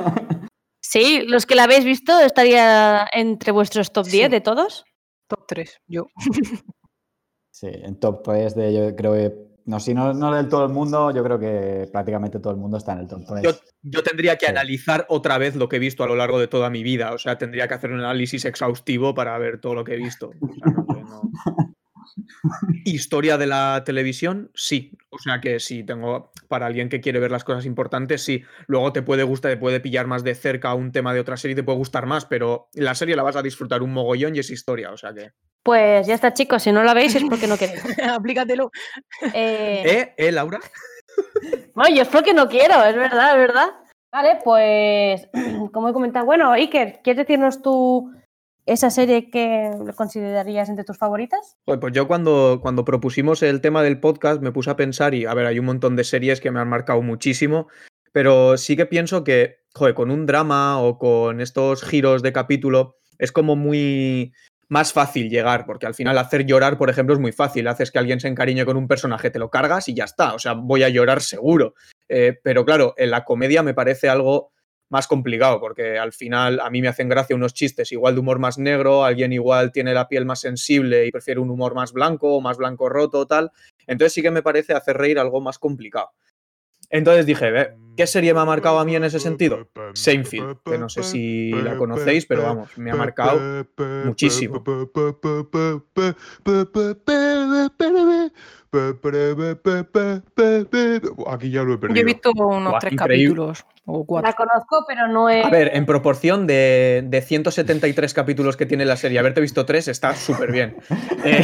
Sí, los que la habéis visto estaría entre vuestros top Sí. diez de todos. Top tres, yo. Sí, en top tres de yo creo que, no, si no, no del todo el mundo, yo creo que prácticamente todo el mundo está en el top tres. Yo, yo tendría que Sí. analizar otra vez lo que he visto a lo largo de toda mi vida. O sea, tendría que hacer un análisis exhaustivo para ver todo lo que he visto. O sea, no, yo no- Historia de la televisión, sí. O sea que sí, tengo. Para alguien que quiere ver las cosas importantes, sí. Luego te puede gustar, te puede pillar más de cerca un tema de otra serie y te puede gustar más, pero la serie la vas a disfrutar un mogollón y es historia. O sea que. Pues ya está, chicos. Si no la veis es porque no queréis. Aplícatelo. Eh, ¿Eh? ¿Eh, Laura? Bueno, yo es porque no quiero, es verdad, es verdad. Vale, pues como he comentado, bueno, Iker, ¿quieres decirnos tú esa serie que considerarías entre tus favoritas? Joder, pues yo cuando, cuando propusimos el tema del podcast me puse a pensar y, a ver, hay un montón de series que me han marcado muchísimo, pero sí que pienso que, joder, con un drama o con estos giros de capítulo es como muy, más fácil llegar, porque al final hacer llorar, por ejemplo, es muy fácil. Haces que alguien se encariñe con un personaje, te lo cargas y ya está. O sea, voy a llorar seguro. Eh, pero claro, en la comedia me parece algo más complicado, porque al final a mí me hacen gracia unos chistes igual de humor más negro, alguien igual tiene la piel más sensible y prefiere un humor más blanco o más blanco roto, tal. Entonces sí que me parece hacer reír algo más complicado. Entonces dije, ¿qué serie me ha marcado a mí en ese sentido? Seinfeld, que no sé si la conocéis, pero vamos, me ha marcado muchísimo. Aquí ya lo he perdido. Yo he visto unos Buah, tres increíble. capítulos o cuatro. La conozco, pero no es... A ver, en proporción de, de ciento setenta y tres capítulos que tiene la serie, haberte visto tres está súper bien. Eh,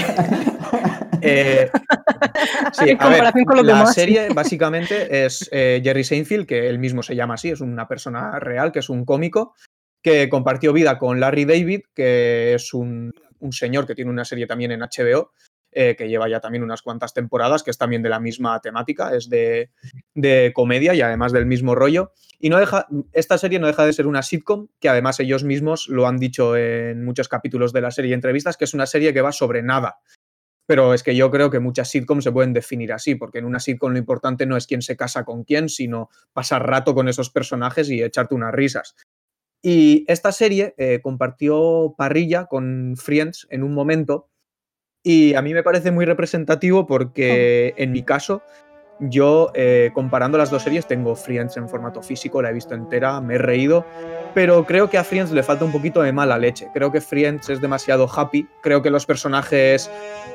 eh, sí, En a ver, comparación con los la demás, sí. serie básicamente es eh, Jerry Seinfeld, que él mismo se llama así, es una persona real, que es un cómico, que compartió vida con Larry David, que es un, un señor que tiene una serie también en H B O, eh, que lleva ya también unas cuantas temporadas, que es también de la misma temática, es de, de comedia y además del mismo rollo. Y no deja, esta serie no deja de ser una sitcom, que además ellos mismos lo han dicho en muchos capítulos de la serie y entrevistas, que es una serie que va sobre nada. Pero es que yo creo que muchas sitcoms se pueden definir así, porque en una sitcom lo importante no es quién se casa con quién, sino pasar rato con esos personajes y echarte unas risas. Y esta serie eh, compartió parrilla con Friends en un momento y a mí me parece muy representativo porque en mi caso yo eh, comparando las dos series tengo Friends en formato físico, la he visto entera, me he reído, pero creo que a Friends le falta un poquito de mala leche. Creo que Friends es demasiado happy, creo que los personajes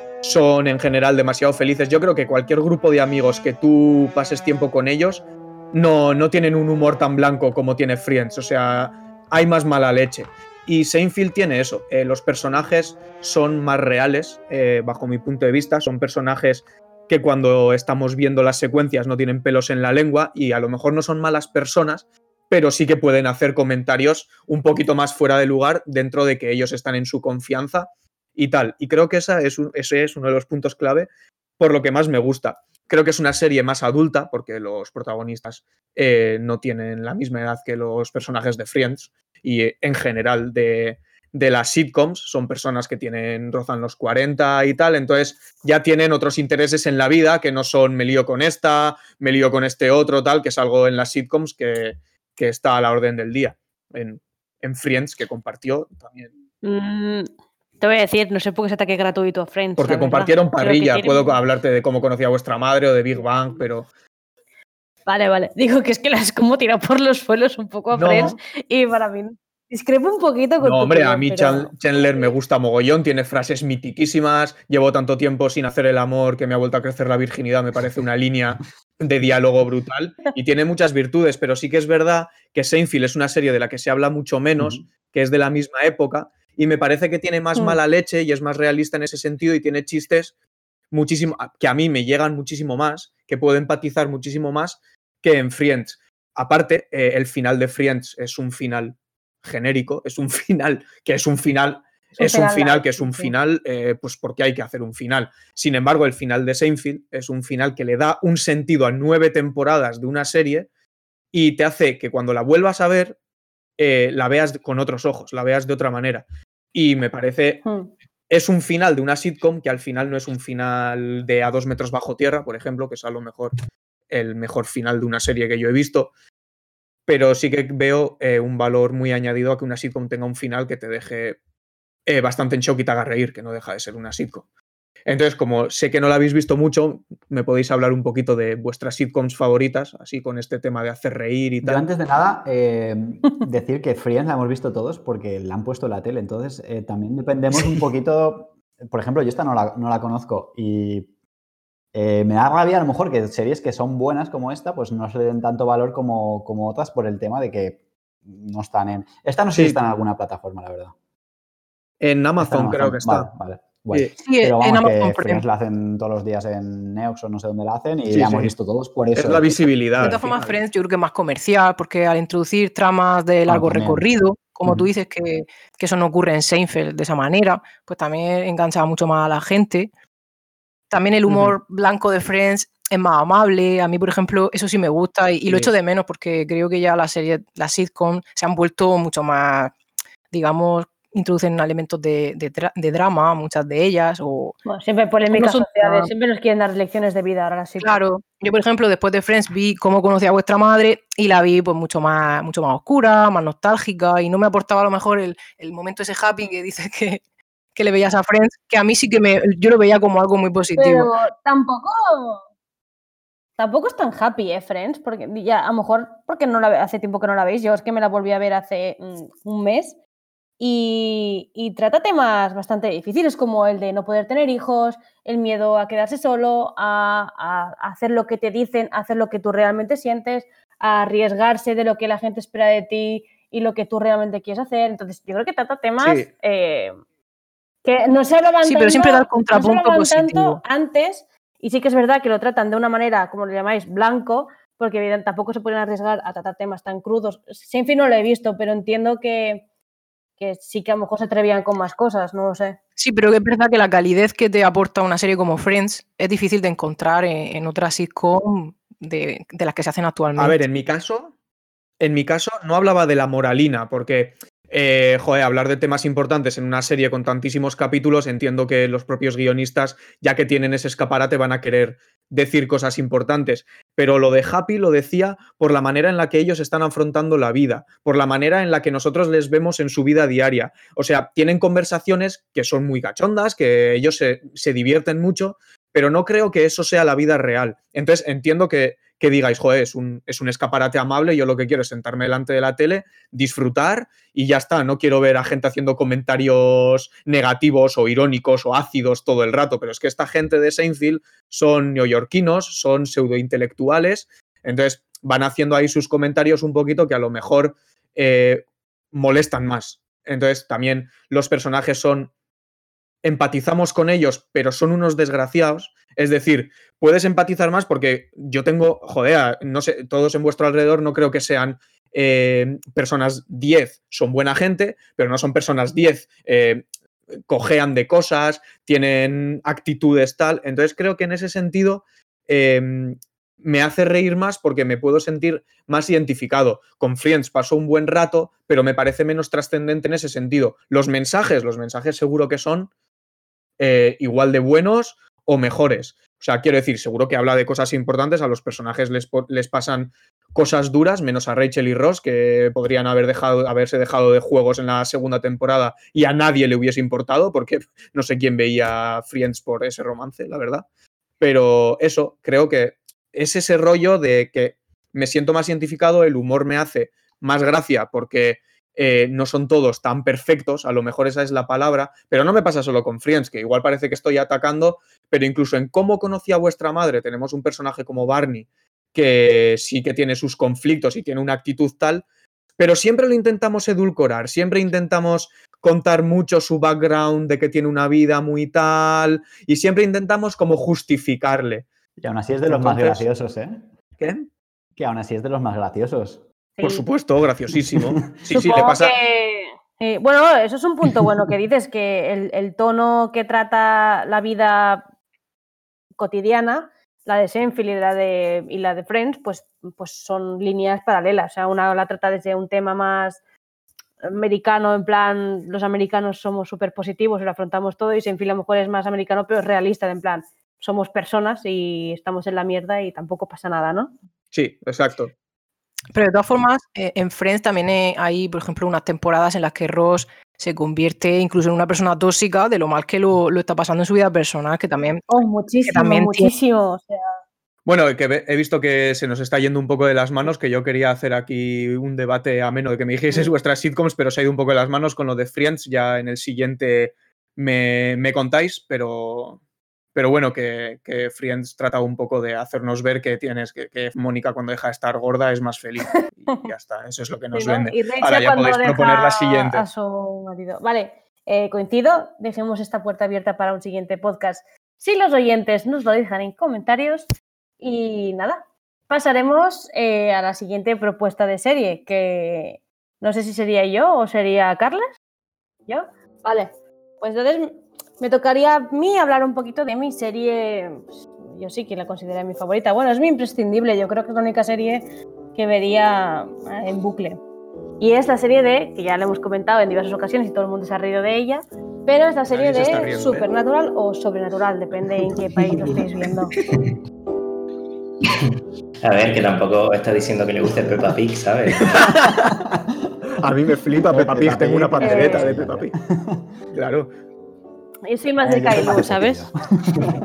son en general demasiado felices. Yo creo que cualquier grupo de amigos que tú pases tiempo con ellos no, no tienen un humor tan blanco como tiene Friends, o sea, hay más mala leche. Y Seinfeld tiene eso, eh, los personajes son más reales, eh, bajo mi punto de vista, son personajes que cuando estamos viendo las secuencias no tienen pelos en la lengua y a lo mejor no son malas personas, pero sí que pueden hacer comentarios un poquito más fuera de lugar dentro de que ellos están en su confianza y tal. Y creo que esa es un, ese es uno de los puntos clave por lo que más me gusta. Creo que es una serie más adulta porque los protagonistas eh, no tienen la misma edad que los personajes de Friends y eh, en general de, de las sitcoms son personas que tienen rozan los cuarenta y tal, entonces ya tienen otros intereses en la vida que no son me lío con esta, me lío con este otro, tal, que es algo en las sitcoms que, que está a la orden del día. En, en Friends, que compartió también. Mm, te voy a decir, no sé por qué ese ataque gratuito a Friends. Porque la compartieron verdad. Creo que parrilla, tiene- puedo hablarte de cómo conocía a vuestra madre o de Big Bang, pero... Vale, vale. Digo que es que las como tirado por los suelos un poco a No. Friends y para mí discrepo un poquito con No, tu hombre, a opinión, mí pero- Chan- Chandler me gusta mogollón, tiene frases mitiquísimas, llevo tanto tiempo sin hacer el amor que me ha vuelto a crecer la virginidad, me parece una línea de diálogo brutal y tiene muchas virtudes, pero sí que es verdad que Seinfeld es una serie de la que se habla mucho menos, Ujú. que es de la misma época y me parece que tiene más Mm. mala leche y es más realista en ese sentido y tiene chistes muchísimo, que a mí me llegan muchísimo más, que puedo empatizar muchísimo más que en Friends. Aparte, eh, el final de Friends es un final genérico, es un final que es un final, Es un es un final final light, que es un sí. final, eh, pues porque hay que hacer un final. Sin embargo, el final de Seinfeld es un final que le da un sentido a nueve temporadas de una serie y te hace que cuando la vuelvas a ver, eh, la veas con otros ojos, la veas de otra manera. Y me parece, Mm. es un final de una sitcom que al final no es un final de A dos metros bajo tierra, por ejemplo, que es a lo mejor el mejor final de una serie que yo he visto, pero sí que veo eh, un valor muy añadido a que una sitcom tenga un final que te deje eh, bastante en shock y te haga reír, que no deja de ser una sitcom. Entonces, como sé que no la habéis visto mucho, me podéis hablar un poquito de vuestras sitcoms favoritas, así con este tema de hacer reír y Yo tal. antes de nada, eh, decir que Friends la hemos visto todos porque la han puesto en la tele, entonces eh, también dependemos un poquito, por ejemplo, yo esta no la, no la conozco y eh, me da rabia a lo mejor que series que son buenas como esta, pues no se le den tanto valor como, como otras por el tema de que no están en... Esta no sé Sí. si está en alguna plataforma, la verdad. En Está Amazon, en creo Amazon. que está. Vale, vale. Guay. Sí. Sí, Pero en vamos, Amazon que Prime. Friends la hacen todos los días en Neox o no sé dónde la hacen y Sí, la sí. hemos visto todos por eso. Es la visibilidad. De al todas formas, final. Friends yo creo que es más comercial, porque al introducir tramas de largo también. recorrido, como tú Ujú. dices que, que eso no ocurre en Seinfeld de esa manera, pues también engancha mucho más a la gente. También el humor blanco de Friends es más amable. A mí, por ejemplo, eso sí me gusta y, y lo Sí. echo de menos porque creo que ya las series, las sitcoms se han vuelto mucho más, digamos, introducen elementos de, de, dra- de drama, muchas de ellas. O, Bueno, siempre polémicas no son sociales, tan- siempre nos quieren dar lecciones de vida, ahora sí. Claro, yo por ejemplo después de Friends vi cómo conocí a vuestra madre y la vi pues mucho más, mucho más oscura, más nostálgica y no me aportaba a lo mejor el, el momento ese happy que dices que, que le veías a Friends, que a mí sí que me, yo lo veía como algo muy positivo. Pero tampoco... Tampoco es tan happy, ¿eh, Friends? Porque ya, a lo mejor porque no la ve- hace tiempo que no la veis. Yo es que me la volví a ver hace mm, un mes y, y trata temas bastante difíciles como el de no poder tener hijos, el miedo a quedarse solo, a, a- a hacer lo que te dicen, a hacer lo que tú realmente sientes, a arriesgarse de lo que la gente espera de ti y lo que tú realmente quieres hacer. Entonces, yo creo que trata temas Sí. eh, que no se hablaban Sí, tanto, pero siempre da el no se contrapunto hablaban positivo. tanto antes. Y sí que es verdad que lo tratan de una manera, como lo llamáis, blanco, porque evident- tampoco se pueden arriesgar a tratar temas tan crudos. Seinfeld no lo he visto, pero entiendo que, que sí que a lo mejor se atrevían con más cosas, no lo sé. Sí, pero es verdad que la calidez que te aporta una serie como Friends es difícil de encontrar en, en otras sitcom de, de las que se hacen actualmente. A ver, en mi caso, en mi caso no hablaba de la moralina, porque, eh, joder, hablar de temas importantes en una serie con tantísimos capítulos, entiendo que los propios guionistas, ya que tienen ese escaparate, van a querer decir cosas importantes. Pero lo de Happy lo decía por la manera en la que ellos están afrontando la vida, por la manera en la que nosotros les vemos en su vida diaria. O sea, tienen conversaciones que son muy cachondas, que ellos se, se divierten mucho, pero no creo que eso sea la vida real. Entonces entiendo que, que digáis, joder, es un, es un escaparate amable, yo lo que quiero es sentarme delante de la tele, disfrutar y ya está. No quiero ver a gente haciendo comentarios negativos o irónicos o ácidos todo el rato, pero es que esta gente de Seinfeld son neoyorquinos, son pseudointelectuales, entonces van haciendo ahí sus comentarios un poquito que a lo mejor eh, molestan más. Entonces también los personajes son... empatizamos con ellos, pero son unos desgraciados. Es decir, puedes empatizar más porque yo tengo, joder, no sé, todos en vuestro alrededor no creo que sean eh, personas diez, son buena gente, pero no son personas diez, eh, cojean de cosas, tienen actitudes tal. Entonces creo que en ese sentido eh, me hace reír más porque me puedo sentir más identificado. Con Friends pasó un buen rato, pero me parece menos trascendente en ese sentido. Los mensajes, los mensajes seguro que son eh, igual de buenos o mejores. O sea, quiero decir, seguro que habla de cosas importantes, a los personajes les, les pasan cosas duras, menos a Rachel y Ross, que podrían haber dejado, haberse dejado de juegos en la segunda temporada y a nadie le hubiese importado, porque no sé quién veía Friends por ese romance, la verdad. Pero eso, creo que es ese rollo de que me siento más identificado, el humor me hace más gracia porque eh, no son todos tan perfectos, a lo mejor esa es la palabra, pero no me pasa solo con Friends, que igual parece que estoy atacando, pero incluso en Cómo conocí a vuestra madre tenemos un personaje como Barney que sí que tiene sus conflictos y tiene una actitud tal, pero siempre lo intentamos edulcorar, siempre intentamos contar mucho su background de que tiene una vida muy tal y siempre intentamos como justificarle. Y aún así es de los Entonces, más graciosos, ¿eh? ¿Qué? Que aún así es de los más graciosos. Sí. Por supuesto, graciosísimo. Sí, Supongo sí, le pasa... que... eh, bueno, eso es un punto bueno que dices, que el, el tono que trata la vida cotidiana, la de Seinfeld y la de, y la de Friends, pues, pues son líneas paralelas. O sea, una la trata desde un tema más americano, en plan, los americanos somos súper positivos y lo afrontamos todo, y Seinfeld a lo mejor es más americano, pero es realista, en plan, somos personas y estamos en la mierda y tampoco pasa nada, ¿no? Sí, exacto. Pero de todas formas, eh, en Friends también hay, por ejemplo, unas temporadas en las que Ross se convierte incluso en una persona tóxica de lo mal que lo, lo está pasando en su vida personal, que también... Oh, muchísimo, que también muchísimo. Tiene... O sea... Bueno, que he visto que se nos está yendo un poco de las manos, que yo quería hacer aquí un debate ameno de que me dijeseis sí. vuestras sitcoms, pero se ha ido un poco de las manos con lo de Friends. Ya en el siguiente me, me contáis, pero... Pero bueno, que, que Friends trata un poco de hacernos ver que tienes que, que Mónica cuando deja de estar gorda es más feliz. Y ya está, eso es lo que nos sí, ¿no? vende. Y Rachel Ahora ya podéis proponer la siguiente. A su marido. Vale, eh, coincido. Dejemos esta puerta abierta para un siguiente podcast. Si los oyentes nos lo dejan en comentarios. Y nada, pasaremos eh, a la siguiente propuesta de serie, que no sé si sería yo o sería Carlas. ¿Yo? Vale, pues entonces... me tocaría a mí hablar un poquito de mi serie, pues, yo sí que la considero mi favorita. Bueno, es mi imprescindible, yo creo que es la única serie que vería en bucle. Y es la serie de, que ya le hemos comentado en diversas ocasiones y todo el mundo se ha reído de ella, pero es la serie Nadie se está de riendo, ¿eh? Supernatural o Sobrenatural, depende en qué país lo estéis viendo. A ver, que tampoco está diciendo que le guste Peppa Pig, ¿sabes? A mí me flipa Peppa Pig, tengo una pandereta de Peppa Pig. Claro. Yo soy más Eh, de yo soy más Kylo, de ¿sabes? Shakira.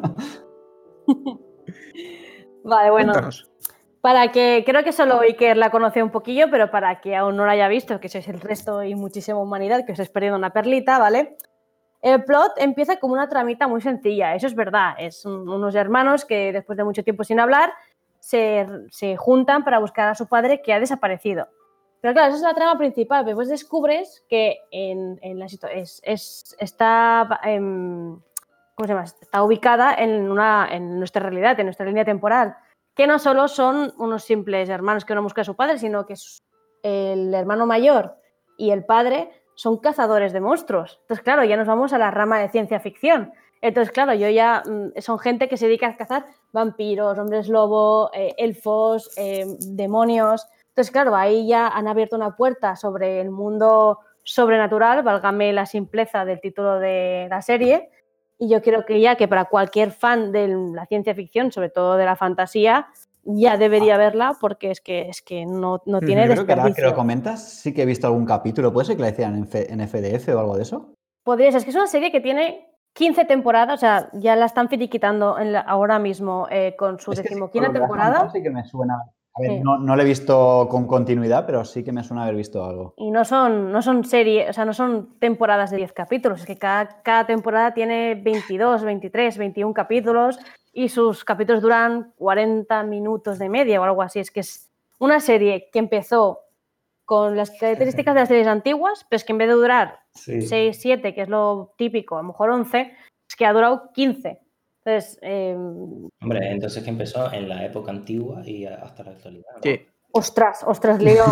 Vale, bueno. Cuéntanos. Para que, creo que solo Iker la conoce un poquillo, pero para que aún no la haya visto, que sois el resto y muchísima humanidad, que os estáis perdiendo una perlita, ¿vale? El plot empieza como una tramita muy sencilla, eso es verdad. Es un, unos hermanos que después de mucho tiempo sin hablar se, se juntan para buscar a su padre que ha desaparecido. Pero claro, esa es la trama principal. Después descubres que en, en la situ- es, es, está, em, ¿cómo se llama? Está ubicada en, una, en nuestra realidad, en nuestra línea temporal. Que no solo son unos simples hermanos que no buscan a su padre, sino que el hermano mayor y el padre son cazadores de monstruos. Entonces, claro, ya nos vamos a la rama de ciencia ficción. Entonces, claro, yo ya son gente que se dedica a cazar vampiros, hombres lobo, eh, elfos, eh, demonios. Entonces, claro, ahí ya han abierto una puerta sobre el mundo sobrenatural, válgame la simpleza del título de la serie. Y yo creo que ya que para cualquier fan de la ciencia ficción, sobre todo de la fantasía, ya debería verla porque es que, es que no, no tiene Yo creo que ahora que desperdicio. lo comentas, sí que he visto algún capítulo. ¿Puede ser que la hicieran en, F- en F D F o algo de eso? Podría ser, es que es una serie que tiene quince temporadas, o sea, ya la están finiquitando en la, ahora mismo eh, con su Es que sí, decimoquinta por lo que has temporada. contado, sí que me suena. A ver, Sí. no, no lo he visto con continuidad, pero sí que me suena haber visto algo. Y no son, no son series, o sea, no son temporadas de diez capítulos, es que cada, cada temporada tiene veintidós, veintitrés, veintiún capítulos y sus capítulos duran cuarenta minutos de media o algo así. Es que es una serie que empezó con las características de las series antiguas, pero es que en vez de durar Sí. seis, siete, que es lo típico, a lo mejor once, es que ha durado quince. Entonces, eh, Hombre, entonces que empezó en la época antigua y hasta la actualidad, ¿no? Sí. ostras, ostras, Leo.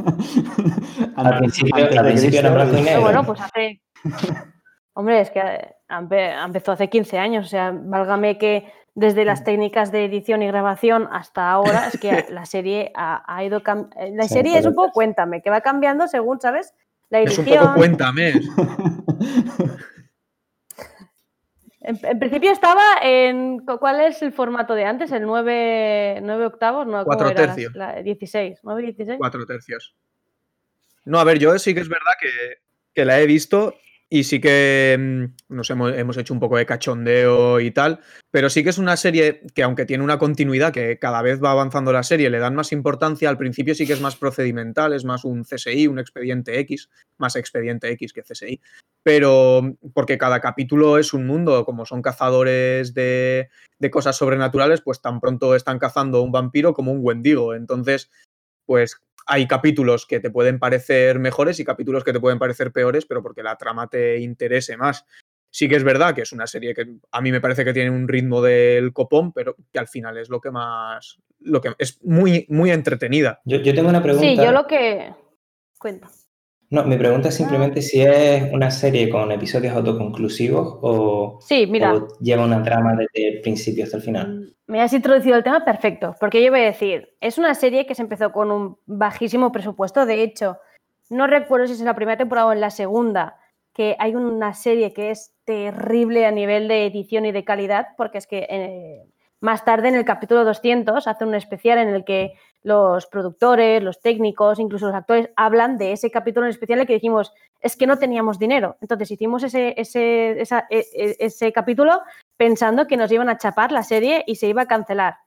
Al principio, Antes al de principio era en Cristo blanco y y- Pero negro. bueno, pues hace... Hombre, es que empe- empezó hace quince años, o sea, válgame que desde las técnicas de edición y grabación hasta ahora, es que la serie ha, ha ido... cam- La Sí, serie es un poco correcto. Cuéntame, que va cambiando según, ¿sabes? La Es un edición... poco cuéntame. En, en principio estaba en... ¿Cuál es el formato de antes? ¿El nueve, nueve octavos? No, ¿cómo Cuatro era? tercios. La, la dieciséis. ¿nueve dieciséis? Cuatro tercios. No, a ver, yo sí que es verdad que, que la he visto y sí que mm, nos hemos, hemos hecho un poco de cachondeo y tal, pero sí que es una serie que, aunque tiene una continuidad, que cada vez va avanzando la serie, le dan más importancia. Al principio sí que es más procedimental, es más un C S I, un expediente X, más expediente X que C S I, pero porque cada capítulo es un mundo, como son cazadores de, de cosas sobrenaturales, pues tan pronto están cazando un vampiro como un Wendigo. Entonces, pues hay capítulos que te pueden parecer mejores y capítulos que te pueden parecer peores, pero porque la trama te interese más. Sí que es verdad que es una serie que a mí me parece que tiene un ritmo del copón, pero que al final es lo que más... lo que es muy, muy entretenida. Yo, yo tengo una pregunta. Sí, yo lo que... Cuenta. No, mi pregunta es simplemente si es una serie con episodios autoconclusivos o, Sí, mira. o lleva una trama desde el principio hasta el final. Me has introducido el tema perfecto, porque yo voy a decir, es una serie que se empezó con un bajísimo presupuesto. De hecho, no recuerdo si es en la primera temporada o en la segunda, que hay una serie que es terrible a nivel de edición y de calidad, porque es que eh, más tarde en el capítulo doscientos hace un especial en el que los productores, los técnicos, incluso los actores hablan de ese capítulo en especial en el que dijimos, es que no teníamos dinero. Entonces hicimos ese, ese, esa, ese capítulo pensando que nos iban a chapar la serie y se iba a cancelar.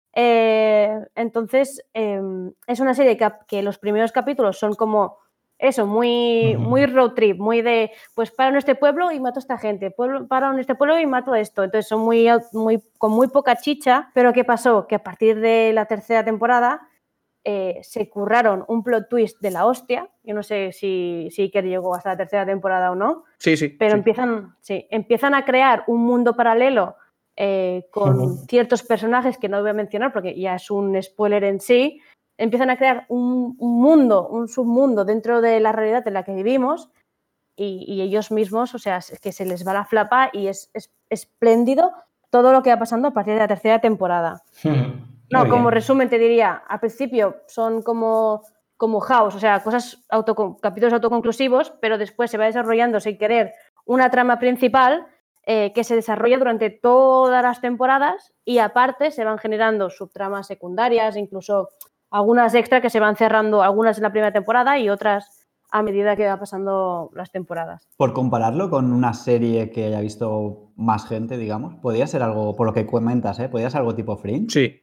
Eh, entonces, eh, es una serie que, que los primeros capítulos son como eso, muy, muy road trip, muy de, pues paro en este pueblo y mato a esta gente, pueblo, paro en este pueblo y mato a esto. Entonces son muy, muy, con muy poca chicha, pero ¿qué pasó? Que a partir de la tercera temporada eh, se curraron un plot twist de la hostia. Yo no sé si, si Iker llegó hasta la tercera temporada o no. Sí, sí. Pero sí. Empiezan, sí, empiezan a crear un mundo paralelo eh, con uh-huh. ciertos personajes que no voy a mencionar porque ya es un spoiler en sí. Empiezan a crear un, un mundo, un submundo dentro de la realidad en la que vivimos y, y ellos mismos, o sea, es que se les va la flapa y es, es espléndido todo lo que va pasando a partir de la tercera temporada. Uh-huh. No, como resumen te diría, al principio son como como House, o sea, cosas auto, capítulos autoconclusivos, pero después se va desarrollando sin querer una trama principal eh, que se desarrolla durante todas las temporadas y aparte se van generando subtramas secundarias, incluso algunas extra que se van cerrando, algunas en la primera temporada y otras a medida que va pasando las temporadas. Por compararlo con una serie que haya visto más gente, digamos, podría ser algo, por lo que comentas, ¿eh? ¿Podría ser algo tipo Fringe? Sí.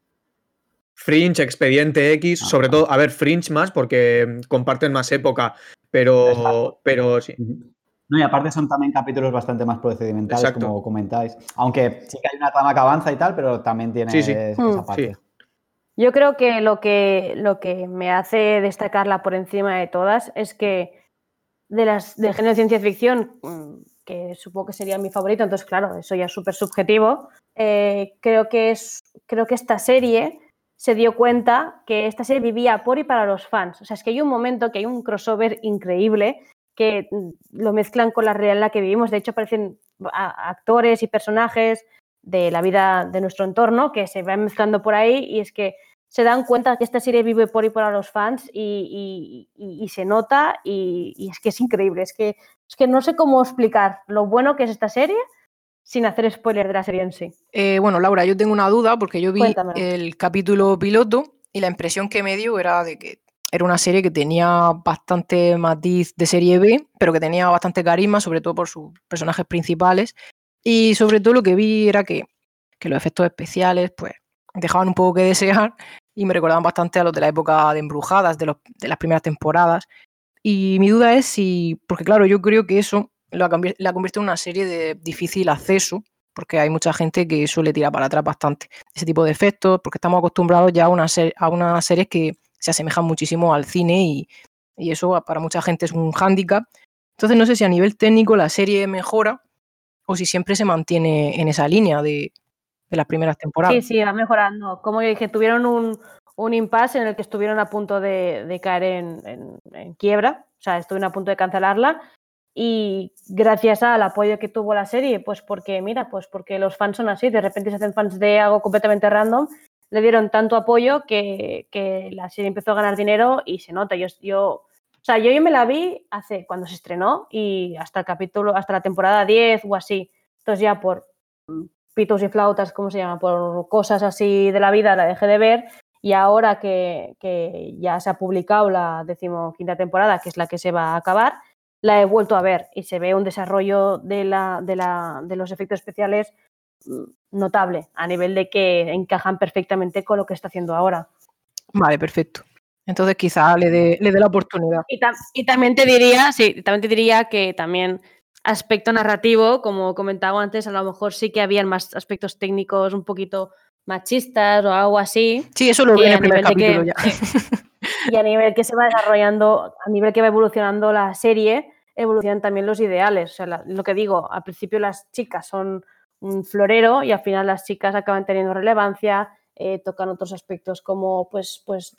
Fringe, Expediente X, Ah, sobre vale. todo, a ver, Fringe más porque comparten más época, pero, Exacto. pero sí. No, y aparte son también capítulos bastante más procedimentales, Exacto. como comentáis. Aunque sí que hay una trama que avanza y tal, pero también tiene Sí, sí. esa Mm. parte. Sí. Yo creo que lo, que lo que me hace destacarla por encima de todas es que de las del género de ciencia ficción, que supongo que sería mi favorito, entonces claro, eso ya es súper subjetivo, eh, creo, que es, creo que esta serie se dio cuenta que esta serie vivía por y para los fans. O sea, es que hay un momento que hay un crossover increíble que lo mezclan con la realidad que vivimos. De hecho, aparecen actores y personajes de la vida de nuestro entorno que se van mezclando por ahí y es que se dan cuenta que esta serie vive por y para los fans y, y, y, y se nota y, y es que es increíble. Es que, es que no sé cómo explicar lo bueno que es esta serie sin hacer spoiler de la serie en sí. Eh, bueno, Laura, yo tengo una duda porque yo vi Cuéntamelo. el capítulo piloto y la impresión que me dio era de que era una serie que tenía bastante matiz de serie B, pero que tenía bastante carisma, sobre todo por sus personajes principales. Y sobre todo lo que vi era que, que los efectos especiales pues dejaban un poco que desear y me recordaban bastante a los de la época de Embrujadas, de, los, de las primeras temporadas. Y mi duda es si, porque claro, yo creo que eso la, la convierte en una serie de difícil acceso, porque hay mucha gente que suele tirar para atrás bastante ese tipo de efectos, porque estamos acostumbrados ya a, una ser, a unas series que se asemejan muchísimo al cine y, y eso para mucha gente es un hándicap. Entonces no sé si a nivel técnico la serie mejora o si siempre se mantiene en esa línea de, de las primeras temporadas. Sí, sí, va mejorando. Como yo dije, tuvieron un, un impasse en el que estuvieron a punto de, de caer en, en, en quiebra, o sea, estuvieron a punto de cancelarla y gracias al apoyo que tuvo la serie, pues porque, mira, pues porque los fans son así, de repente se hacen fans de algo completamente random, le dieron tanto apoyo que, que la serie empezó a ganar dinero y se nota. Yo, yo, o sea, yo, yo me la vi hace, cuando se estrenó y hasta el capítulo, hasta la temporada diez o así, entonces ya por pitos y flautas, ¿cómo se llama? Por cosas así de la vida la dejé de ver y ahora que, que ya se ha publicado la decimoquinta temporada, que es la que se va a acabar, la he vuelto a ver y se ve un desarrollo de, la, de, la, de los efectos especiales notable, a nivel de que encajan perfectamente con lo que está haciendo ahora. Vale, perfecto. Entonces quizá le dé le dé la oportunidad. Y, tam y también te diría, sí, también te diría que también aspecto narrativo, como comentaba antes, a lo mejor sí que habían más aspectos técnicos un poquito machistas o algo así. Sí, eso lo vi en el primer capítulo que, ya. Y a nivel que se va desarrollando, a nivel que va evolucionando la serie, evolucionan también los ideales. O sea, la, lo que digo, al principio las chicas son un florero y al final las chicas acaban teniendo relevancia, eh, tocan otros aspectos como, pues, pues,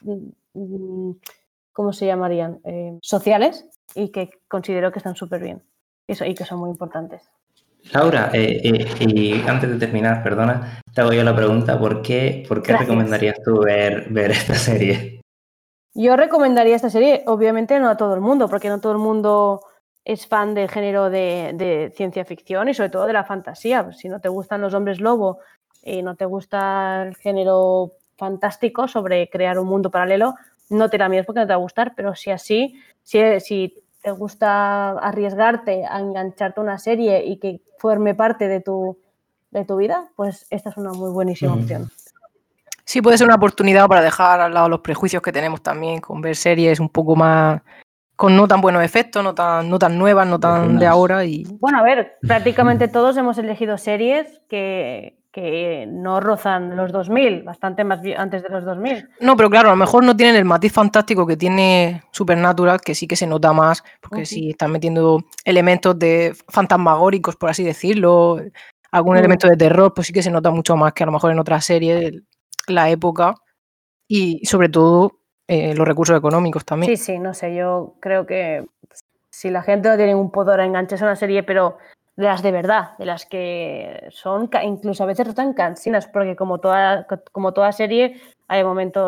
¿cómo se llamarían? Eh, sociales y que considero que están súper bien y, so, y que son muy importantes. Laura, eh, eh, y antes de terminar, perdona, te hago yo la pregunta, ¿por qué, por qué recomendarías tú ver, ver esta serie? Yo recomendaría esta serie, obviamente no a todo el mundo, porque no todo el mundo es fan del género de, de ciencia ficción y sobre todo de la fantasía. Si no te gustan los hombres lobo y no te gusta el género fantástico sobre crear un mundo paralelo, no te la mires porque no te va a gustar, pero si así, si, si te gusta arriesgarte a engancharte a una serie y que forme parte de tu, de tu vida, pues esta es una muy buenísima mm. opción. Sí, puede ser una oportunidad para dejar al lado los prejuicios que tenemos también con ver series un poco más con no tan buenos efectos, no tan, no tan nuevas, no tan de ahora. Y... Bueno, a ver, prácticamente todos hemos elegido series que, que no rozan los dos mil, bastante más antes de los dos mil. No, pero claro, a lo mejor no tienen el matiz fantástico que tiene Supernatural, que sí que se nota más, porque uh-huh. sí están metiendo elementos de fantasmagóricos, por así decirlo, algún uh-huh. elemento de terror, pues sí que se nota mucho más que a lo mejor en otras series, la época y sobre todo eh, los recursos económicos también. Sí, sí, no sé, yo creo que si la gente no tiene ningún pudor a engancharse a una serie, pero de las de verdad, de las que son, incluso a veces están cansinas, porque como toda, como toda serie hay momentos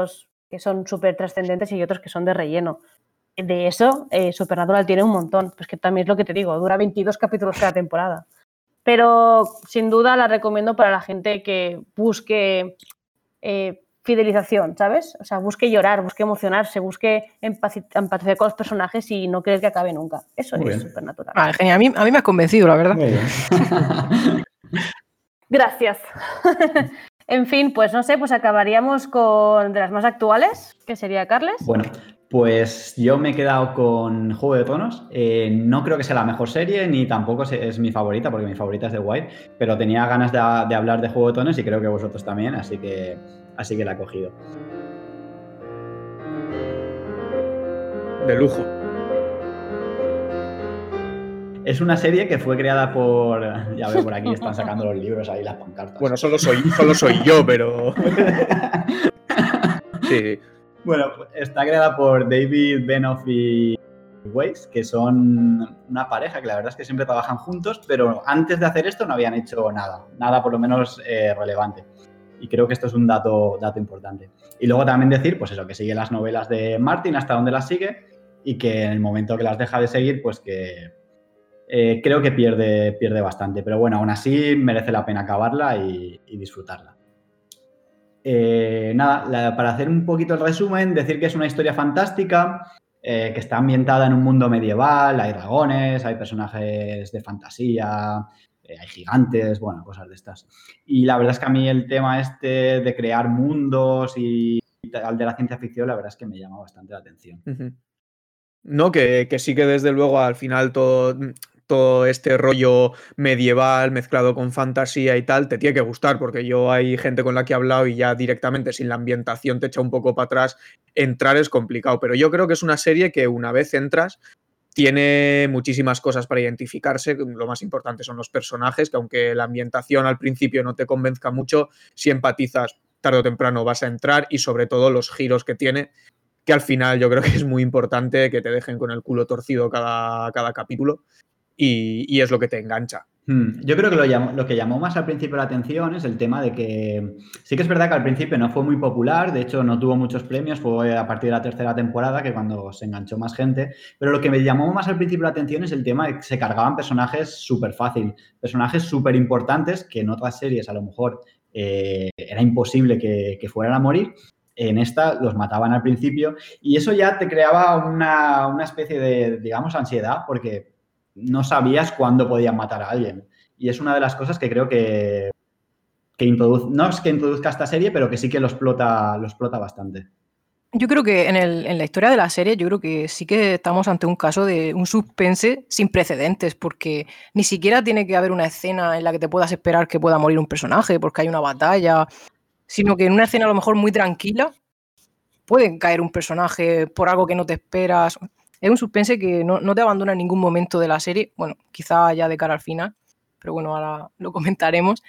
que son súper trascendentes y otros que son de relleno. De eso, eh, Supernatural tiene un montón. Pues que también es lo que te digo, dura veintidós capítulos cada temporada. Pero sin duda la recomiendo para la gente que busque eh, fidelización, ¿sabes? O sea, busque llorar, busque emocionarse, busque empatizar con los personajes y no creer que acabe nunca. Eso Muy es bien. Supernatural. Vale, genial. A mí, a mí me has convencido, la verdad. Muy bien. Gracias. En fin, pues no sé, pues acabaríamos con de las más actuales, que sería Carles. Bueno, pues yo me he quedado con Juego de Tronos. Eh, no creo que sea la mejor serie, ni tampoco es mi favorita, porque mi favorita es The Wire, pero tenía ganas de, de hablar de Juego de Tronos y creo que vosotros también, así que, así que la he cogido. De lujo. Es una serie que fue creada por... Ya veo, por aquí están sacando los libros ahí, las pancartas. Bueno, solo soy, solo soy yo, pero... Sí. Bueno, está creada por David Benioff y Weiss, que son una pareja que la verdad es que siempre trabajan juntos, pero antes de hacer esto no habían hecho nada, nada por lo menos eh, relevante. Y creo que esto es un dato, dato importante. Y luego también decir, pues eso, que sigue las novelas de Martin hasta donde las sigue y que en el momento que las deja de seguir, pues que eh, creo que pierde, pierde bastante. Pero bueno, aún así merece la pena acabarla y, y disfrutarla. Eh, nada, la, para hacer un poquito el resumen, decir que es una historia fantástica, eh, que está ambientada en un mundo medieval, hay dragones, hay personajes de fantasía, eh, hay gigantes, bueno, cosas de estas. Y la verdad es que a mí el tema este de crear mundos y tal de la ciencia ficción, la verdad es que me llama bastante la atención. Uh-huh. No, que, que sí que desde luego al final todo... todo este rollo medieval mezclado con fantasía y tal, te tiene que gustar, porque yo hay gente con la que he hablado y ya directamente sin la ambientación te echa un poco para atrás, entrar es complicado, pero yo creo que es una serie que una vez entras tiene muchísimas cosas para identificarse, lo más importante son los personajes, que aunque la ambientación al principio no te convenzca mucho, si empatizas tarde o temprano vas a entrar y sobre todo los giros que tiene, que al final yo creo que es muy importante que te dejen con el culo torcido cada, cada capítulo. Y, y es lo que te engancha. Hmm. Yo creo que lo, llamó, lo que llamó más al principio la atención es el tema de que sí que es verdad que al principio no fue muy popular, de hecho no tuvo muchos premios, fue a partir de la tercera temporada que cuando se enganchó más gente, pero lo que me llamó más al principio la atención es el tema de que se cargaban personajes súper fácil, personajes súper importantes que en otras series a lo mejor eh, era imposible que, que fueran a morir. En esta los mataban al principio y eso ya te creaba una, una especie de, digamos, ansiedad porque no sabías cuándo podían matar a alguien. Y es una de las cosas que creo que, que introduce, no es que introduzca esta serie, pero que sí que lo explota, lo explota bastante. Yo creo que en, el, en la historia de la serie, yo creo que sí que estamos ante un caso de un suspense sin precedentes, porque ni siquiera tiene que haber una escena en la que te puedas esperar que pueda morir un personaje, porque hay una batalla, sino que en una escena a lo mejor muy tranquila puede caer un personaje por algo que no te esperas. Es un suspense que no, no te abandona en ningún momento de la serie, bueno, quizá ya de cara al final, pero bueno, ahora lo comentaremos,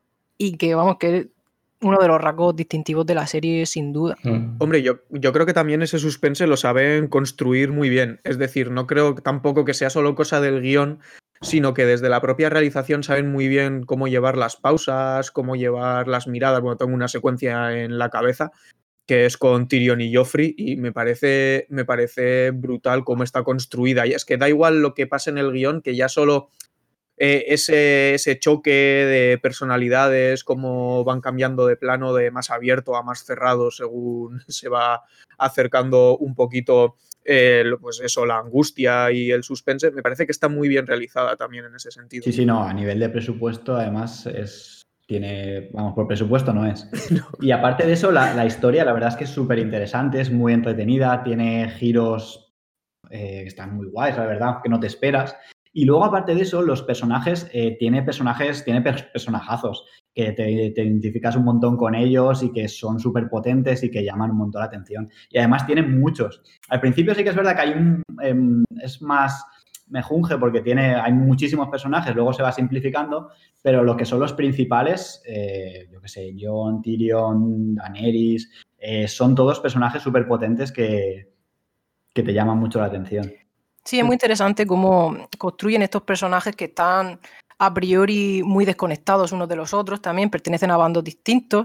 y que vamos, que es uno de los rasgos distintivos de la serie sin duda. Mm. Hombre, yo, yo creo que también ese suspense lo saben construir muy bien, es decir, no creo tampoco que sea solo cosa del guión, sino que desde la propia realización saben muy bien cómo llevar las pausas, cómo llevar las miradas. Bueno, tengo una secuencia en la cabeza que es con Tyrion y Joffrey, y me parece, me parece brutal cómo está construida. Y es que da igual lo que pase en el guión, que ya solo eh, ese, ese choque de personalidades, cómo van cambiando de plano de más abierto a más cerrado según se va acercando un poquito eh, pues eso, la angustia y el suspense, me parece que está muy bien realizada también en ese sentido. Sí, sí, no, a nivel de presupuesto además es... Tiene, vamos, por presupuesto no es. No. Y aparte de eso, la, la historia, la verdad es que es súper interesante, es muy entretenida, tiene giros eh, que están muy guays, la verdad, que no te esperas. Y luego, aparte de eso, los personajes, eh, tiene personajes, tiene personajazos que te, te identificas un montón con ellos y que son súper potentes y que llaman un montón la atención. Y además tienen muchos. Al principio sí que es verdad que hay un... Eh, es más... me junge porque tiene, hay muchísimos personajes, luego se va simplificando, pero lo que son los principales, eh, yo qué sé, Jon, Tyrion, Daenerys, eh, son todos personajes súper potentes que, que te llaman mucho la atención. Sí, es muy interesante cómo construyen estos personajes que están a priori muy desconectados unos de los otros, también pertenecen a bandos distintos,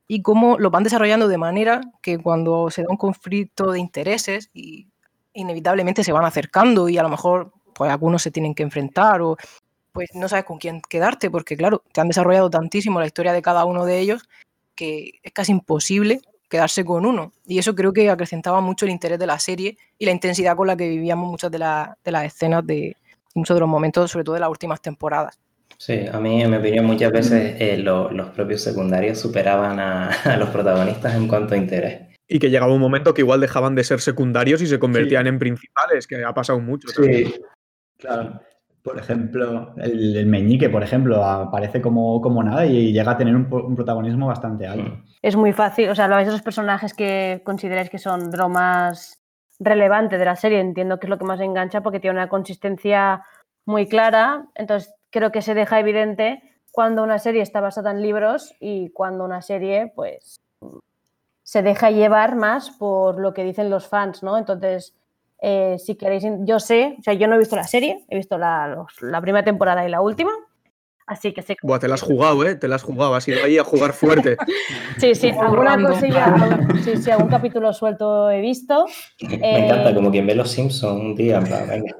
y cómo lo van desarrollando de manera que cuando se da un conflicto de intereses y inevitablemente se van acercando y a lo mejor pues algunos se tienen que enfrentar o pues no sabes con quién quedarte porque claro, te han desarrollado tantísimo la historia de cada uno de ellos que es casi imposible quedarse con uno. Y eso creo que acrecentaba mucho el interés de la serie y la intensidad con la que vivíamos muchas de, la, de las escenas de muchos de los momentos, sobre todo de las últimas temporadas. Sí, a mí, en mi opinión, muchas veces eh, lo, los propios secundarios superaban a, a los protagonistas en cuanto a interés. Y que llegaba un momento que igual dejaban de ser secundarios y se convertían sí. en principales, que ha pasado mucho. Sí, también. Claro. Por ejemplo, el, el meñique, por ejemplo, aparece como, como nada y llega a tener un, un protagonismo bastante alto. Es muy fácil, o sea, lo veis de los personajes que consideráis que son de lo más relevante de la serie, entiendo que es lo que más engancha porque tiene una consistencia muy clara, entonces creo que se deja evidente cuando una serie está basada en libros y cuando una serie, pues, se deja llevar más por lo que dicen los fans, ¿no? Entonces... Eh, si queréis, yo sé, o sea, yo no he visto la serie, he visto la, los, la primera temporada y la última, así que sé que... Buah, te la has jugado, ¿eh? Te la has jugado, has ido ahí a jugar fuerte. Sí, sí, alguna cosilla, sí, sí, algún capítulo suelto he visto. Me eh... encanta, como quien ve Los Simpsons un día, venga.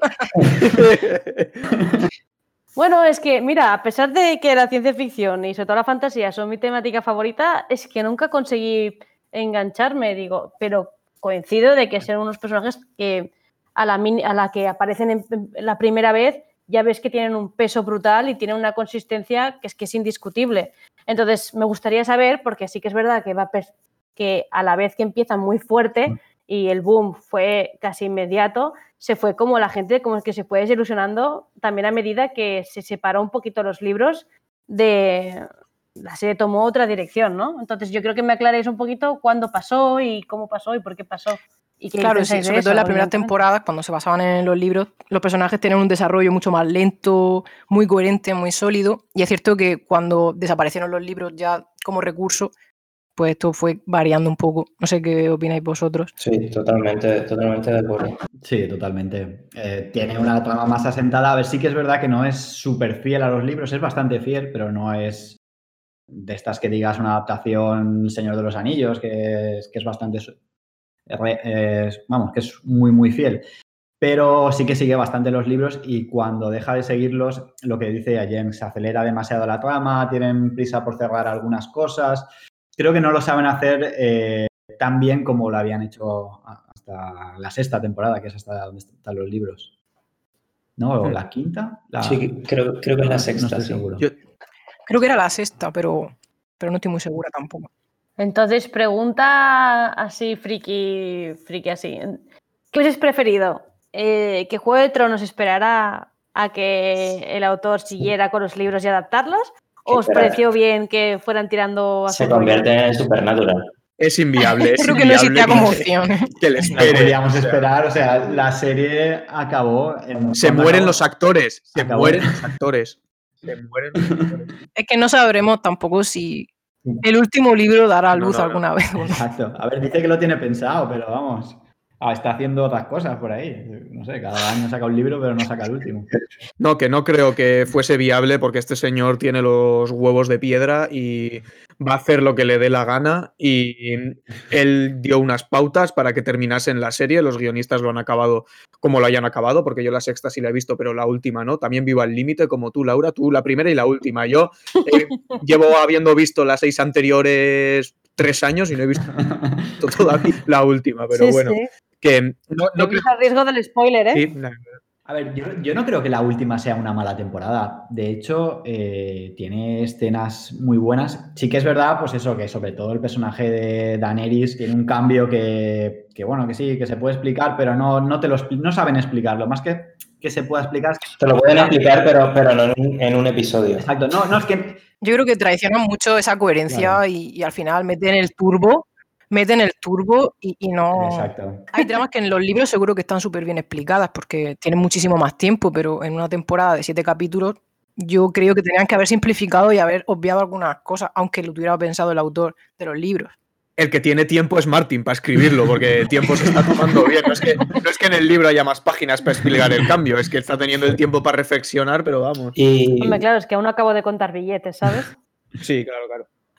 Bueno, es que, mira, a pesar de que la ciencia ficción y sobre todo la fantasía son mi temática favorita, es que nunca conseguí engancharme, digo, pero... coincido de que son unos personajes que a la, a la que aparecen en, en la primera vez ya ves que tienen un peso brutal y tienen una consistencia que es que es indiscutible. Entonces, me gustaría saber, porque sí que es verdad que, va que a la vez que empiezan muy fuerte y el boom fue casi inmediato, se fue como la gente como que se fue desilusionando también a medida que se separó un poquito los libros de... la serie tomó otra dirección, ¿no? Entonces yo creo que me aclaréis un poquito cuándo pasó y cómo pasó y por qué pasó. Y qué claro, sí, sobre todo en las primeras temporadas, cuando se basaban en los libros, los personajes tenían un desarrollo mucho más lento, muy coherente, muy sólido. Y es cierto que cuando desaparecieron los libros ya como recurso, pues esto fue variando un poco. No sé qué opináis vosotros. Sí, totalmente, totalmente de acuerdo. Sí, totalmente. Eh, tiene una trama más asentada. A ver, sí que es verdad que no es súper fiel a los libros, es bastante fiel, pero no es... de estas que digas una adaptación Señor de los Anillos, que es, que es bastante, eh, vamos, que es muy, muy fiel. Pero sí que sigue bastante los libros y cuando deja de seguirlos, lo que dice James, se acelera demasiado la trama, tienen prisa por cerrar algunas cosas. Creo que no lo saben hacer eh, tan bien como lo habían hecho hasta la sexta temporada, que es hasta donde están los libros. ¿No? ¿O la quinta? La... Sí, creo, creo que es la sexta, no estoy sí. seguro. Yo... Creo que era la sexta, pero, pero no estoy muy segura tampoco. Entonces, pregunta así, friki, friki así. ¿Qué hubieses preferido? Eh, ¿Que Juego de Tronos esperara a que el autor siguiera con los libros y adaptarlos? ¿O os pareció bien que fueran tirando a Se convierte en Supernatural. Es inviable. Es Creo inviable que no existía como opción. Que les no podíamos esperar, o sea, la serie acabó... En... Se mueren acabó? los actores. Se Acabó. mueren los actores. Se mueren los actores. Es que no sabremos tampoco si el último libro dará a luz No, no, no. alguna vez. Exacto. A ver, dice que lo tiene pensado, pero vamos... Ah, está haciendo otras cosas por ahí. No sé, cada año saca un libro, pero no saca el último. No, que no creo que fuese viable porque este señor tiene los huevos de piedra y va a hacer lo que le dé la gana y él dio unas pautas para que terminasen la serie. Los guionistas lo han acabado como lo hayan acabado, porque yo la sexta sí la he visto, pero la última no. También vivo al límite como tú, Laura. Tú la primera y la última. Yo eh, llevo habiendo visto las seis anteriores tres años y no he visto todavía la última, pero sí, bueno. Sí. Que no, no creo... a riesgo del spoiler, ¿eh? Sí, no. A ver, yo, yo no creo que la última sea una mala temporada. De hecho, eh, tiene escenas muy buenas. Sí que es verdad, pues eso, que sobre todo el personaje de Daenerys tiene un cambio que, que bueno, que sí, que se puede explicar, pero no, no, te lo, no saben explicarlo. Más que que se pueda explicar... Te lo pueden explicar, pero, pero no en, en un episodio. Exacto. No, no es que... Yo creo que traicionan mucho esa coherencia, claro. y, y al final meten el turbo... meten el turbo y, y no... Exacto. Hay tramas que en los libros seguro que están súper bien explicadas porque tienen muchísimo más tiempo, pero en una temporada de siete capítulos yo creo que tenían que haber simplificado y haber obviado algunas cosas, aunque lo tuviera pensado el autor de los libros. El que tiene tiempo es Martin para escribirlo, porque el tiempo se está tomando bien. No es, que, no es que en el libro haya más páginas para explicar el cambio, es que está teniendo el tiempo para reflexionar, pero vamos. Y... Hombre, claro, es que aún no acabo de contar billetes, ¿sabes? Sí, claro, claro.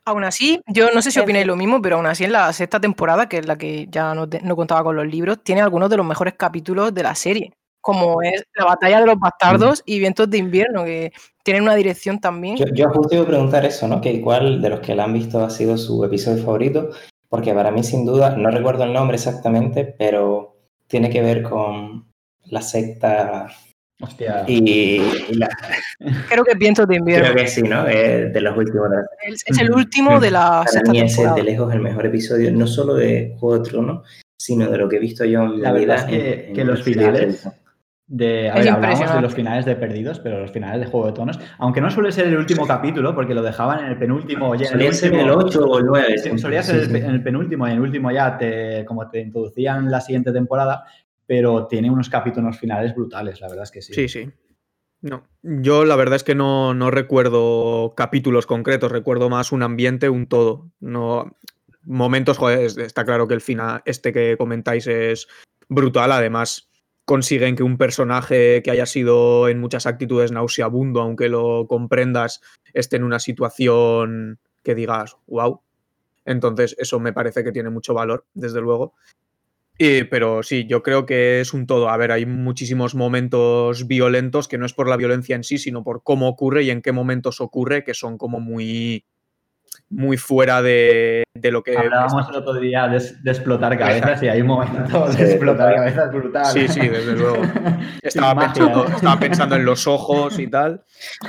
Aún así, yo no sé si opináis lo mismo, pero aún así en la sexta temporada, que es la que ya no, te- no contaba con los libros, tiene algunos de los mejores capítulos de la serie, como es la batalla de los bastardos y vientos de invierno, que tienen una dirección también. Yo, yo justo iba a preguntar eso, ¿no? Que cuál de los que la han visto ha sido su episodio favorito, porque para mí sin duda, no recuerdo el nombre exactamente, pero tiene que ver con la secta Hostia. y, y la... Creo que es vientos de invierno. Creo que sí, ¿no? Es de los últimos. De la... Es, es el último de la Para sexta mí ese es temporada. de lejos el mejor episodio, no solo de Juego de Tronos, sino de lo que he visto yo en La mi verdad vida. es que, en, que en los series de finales televisión. de... A Es ver, hablamos de impresionante. los finales de Perdidos, pero los finales de Juego de Tronos, aunque no suele ser el último capítulo, porque lo dejaban en el penúltimo o ya en el Solía ser último... el ocho o el nueve. Sí, solía ser el, en el penúltimo y en el último ya te, como te introducían la siguiente temporada, pero tiene unos capítulos finales brutales, la verdad es que sí. Sí, sí. No, yo la verdad es que no, no recuerdo capítulos concretos, recuerdo más un ambiente, un todo. No, momentos, joder, es- está claro que el final, este que comentáis es brutal, además consiguen que un personaje que haya sido en muchas actitudes nauseabundo, aunque lo comprendas, esté en una situación que digas, wow. Entonces eso me parece que tiene mucho valor, desde luego. Y, pero sí, yo creo que es un todo. A ver, hay muchísimos momentos violentos que no es por la violencia en sí, sino por cómo ocurre y en qué momentos ocurre, que son como muy, muy fuera de, de lo que... Hablábamos el otro día de, de explotar cabezas y hay un momento Sí, de explotar total. cabezas brutal. Sí, sí, desde luego. Sin Estaba magia, pensando, ¿eh? estaba pensando en los ojos y tal.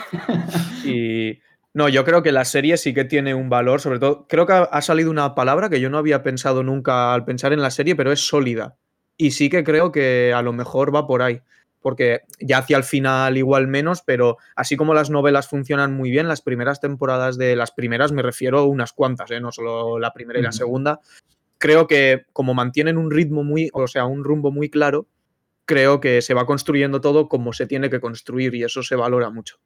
Y no, yo creo que la serie sí que tiene un valor, sobre todo, creo que ha, ha salido una palabra que yo no había pensado nunca al pensar en la serie, pero es sólida. Y sí que creo que a lo mejor va por ahí, porque ya hacia el final igual menos, pero así como las novelas funcionan muy bien, las primeras temporadas de las primeras, me refiero a unas cuantas, ¿eh? No solo la primera y la Ujú. segunda, creo que como mantienen un ritmo muy, o sea, un rumbo muy claro, creo que se va construyendo todo como se tiene que construir y eso se valora mucho.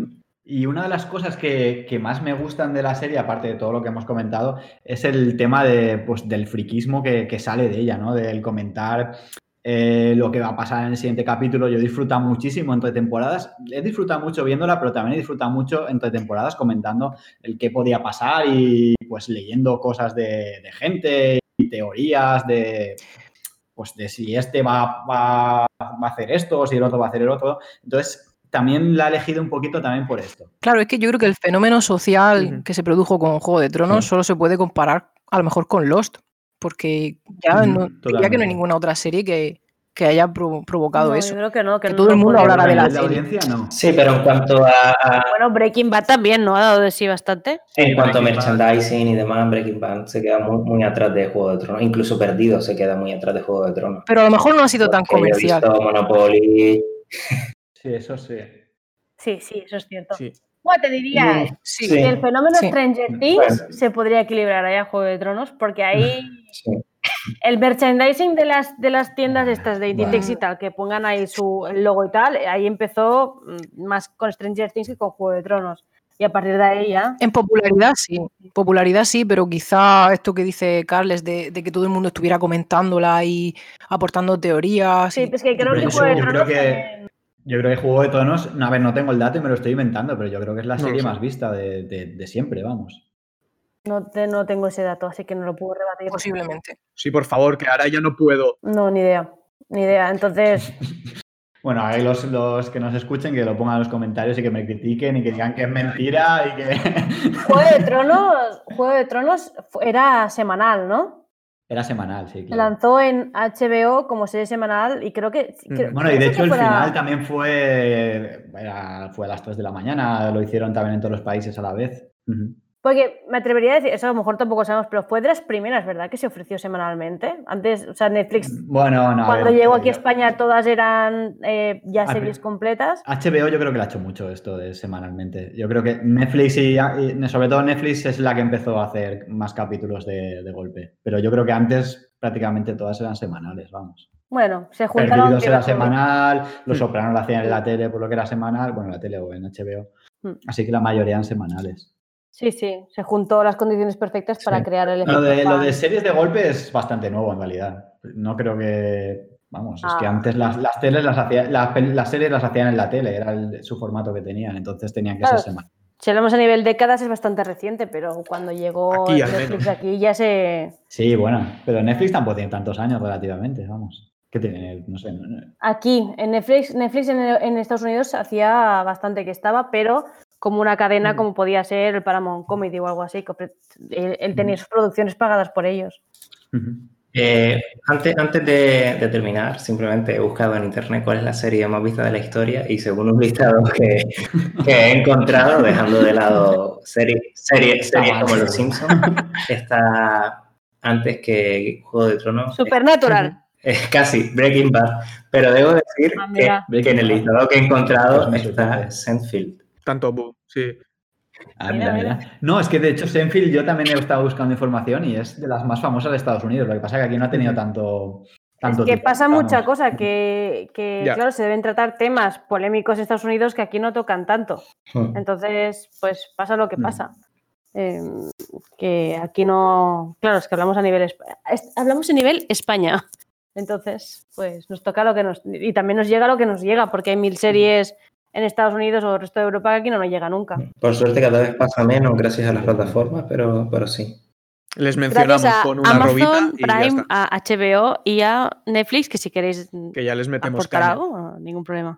Y una de las cosas que, que más me gustan de la serie, aparte de todo lo que hemos comentado, es el tema de, pues, del friquismo que, que sale de ella, ¿no? Del comentar eh, lo que va a pasar en el siguiente capítulo. Yo he disfrutado muchísimo entre temporadas. He disfrutado mucho viéndola, pero también he disfrutado mucho entre temporadas comentando el qué podía pasar y pues leyendo cosas de, de gente y teorías de, pues, de si este va, va, va a hacer esto o si el otro va a hacer el otro. Entonces, también la he elegido un poquito también por esto. Claro, es que yo creo que el fenómeno social Ujú. que se produjo con Juego de Tronos Sí. solo se puede comparar a lo mejor con Lost, porque ya Ujú, no, diría que no hay totalmente. ninguna otra serie que, que haya pro- provocado No, eso. yo creo que no, que, Que no todo el mundo podría- hablara A de la nivel de serie. audiencia, no. Sí, pero en cuanto a, a- Bueno, Breaking Bad también, ¿no? Ha dado de sí bastante. en cuanto a Breaking Bad. merchandising y demás, Breaking Bad se queda muy, muy atrás de Juego de Tronos. Incluso Perdido se queda muy atrás de Juego de Tronos. Pero a lo mejor no ha sido tan Porque yo he comercial. visto Monopoly. Sí, eso sí. Sí, sí, eso es cierto. Sí. Bueno, te diría Mm, Sí. que el fenómeno Sí. Stranger Things Bueno. se podría equilibrar ahí a Juego de Tronos, porque ahí Sí. el merchandising de las, de las tiendas estas de Bueno. Inditex y tal, que pongan ahí su el logo y tal, ahí empezó mm, más con Stranger Things que con Juego de Tronos. Y a partir de ahí ya... En popularidad sí, popularidad sí, pero quizá esto que dice Carles de, de que todo el mundo estuviera comentándola y aportando teorías. Sí, y- pues que creo Pero que eso Juego de yo creo Tronos que- también- Yo creo que Juego de Tronos, no, a ver, no tengo el dato y me lo estoy inventando, pero yo creo que es la No lo serie sé. más vista de, de- de siempre, vamos. no, te- no tengo ese dato, así que no lo puedo rebatir. Posiblemente. Sí, por favor, que ahora ya no puedo. No, ni idea. Ni idea. Entonces, Bueno, hay los, los que nos escuchen que lo pongan en los comentarios y que me critiquen y que digan que es mentira y que... Juego de Tronos, Juego de Tronos fu- era semanal, ¿no? Era semanal, sí, Se claro. lanzó en H B O como serie semanal y creo que... creo- Ujú. Bueno, y de puede hecho que el fuera- final también fue, era- fue a las tres de la mañana, lo hicieron también en todos los países a la vez. Ujú. Porque me atrevería a decir, eso a lo mejor tampoco sabemos, pero fue de las primeras, ¿verdad? Que se ofreció semanalmente. Antes, o sea, Netflix, Bueno, no. a cuando ver, llegó aquí a yo- España, todas eran eh, ya Al series pri- completas. H B O yo creo que lo ha hecho mucho esto de semanalmente. Yo creo que Netflix y, y sobre todo Netflix es la que empezó a hacer más capítulos de, de golpe. Pero yo creo que antes prácticamente todas eran semanales, vamos. Bueno, se juntaron... Perdidos era diversos- semanal, Los Mm. Sopranos lo hacían en la tele por lo que era semanal, bueno, en la tele o en H B O. Mm. Así que la mayoría eran semanales. Sí, sí, se juntó las condiciones perfectas para Sí. crear el Lo efecto de, lo fan. de series de golpe es bastante nuevo en realidad. No creo que... Vamos, es que Ah. antes las, las teles las hacían, las, pel- las series las hacían en la tele, era el- su formato que tenían, entonces tenían que Claro. ser semanales. Si hablamos a nivel décadas es bastante reciente, pero cuando llegó Aquí, al Netflix menos. aquí ya se... Sí, bueno, pero Netflix tampoco tiene tantos años relativamente, vamos. ¿Qué tiene? No sé. No, no. Aquí, en Netflix, Netflix en, en Estados Unidos hacía bastante que estaba, pero como una cadena Mm. como podía ser el Paramount Comedy o algo así, que él, él tenía Mm. sus producciones pagadas por ellos. Ujú. Eh, antes antes de, de terminar, simplemente he buscado en internet cuál es la serie más vista de la historia y según un listado que, que he encontrado, dejando de lado series serie, Está series mal. como Los Simpsons, está antes que Juego de Tronos. Supernatural. Es casi Breaking Bad, pero debo decir Ah, que, mira. que en el listado que he Pues encontrado me está sorprende. Seinfeld. Tanto, bu- sí. Ah, Mira, mira, mira. mira. No, es que de hecho Seinfeld yo también he estado buscando información y es de las más famosas de Estados Unidos. Lo que pasa es que aquí no ha tenido tanto... tanto Es que tirón, pasa vamos. mucha cosa, que, que Ya. claro, se deben tratar temas polémicos en Estados Unidos que aquí no tocan tanto. Hmm. Entonces, pues pasa lo que Mm. pasa. Eh, que aquí no... Claro, es que hablamos a nivel... Espa- es- Hablamos a nivel España. Entonces, pues nos toca lo que nos... Y también nos llega lo que nos llega, porque hay mil series en Estados Unidos o el resto de Europa que aquí no nos llega nunca. Por suerte cada vez pasa menos gracias a las plataformas, pero, pero sí. Les mencionamos Gracias a con una robita Amazon y ya Prime, está. a H B O y a Netflix, que si queréis Que ya les metemos aportar caña. algo, no, ningún problema.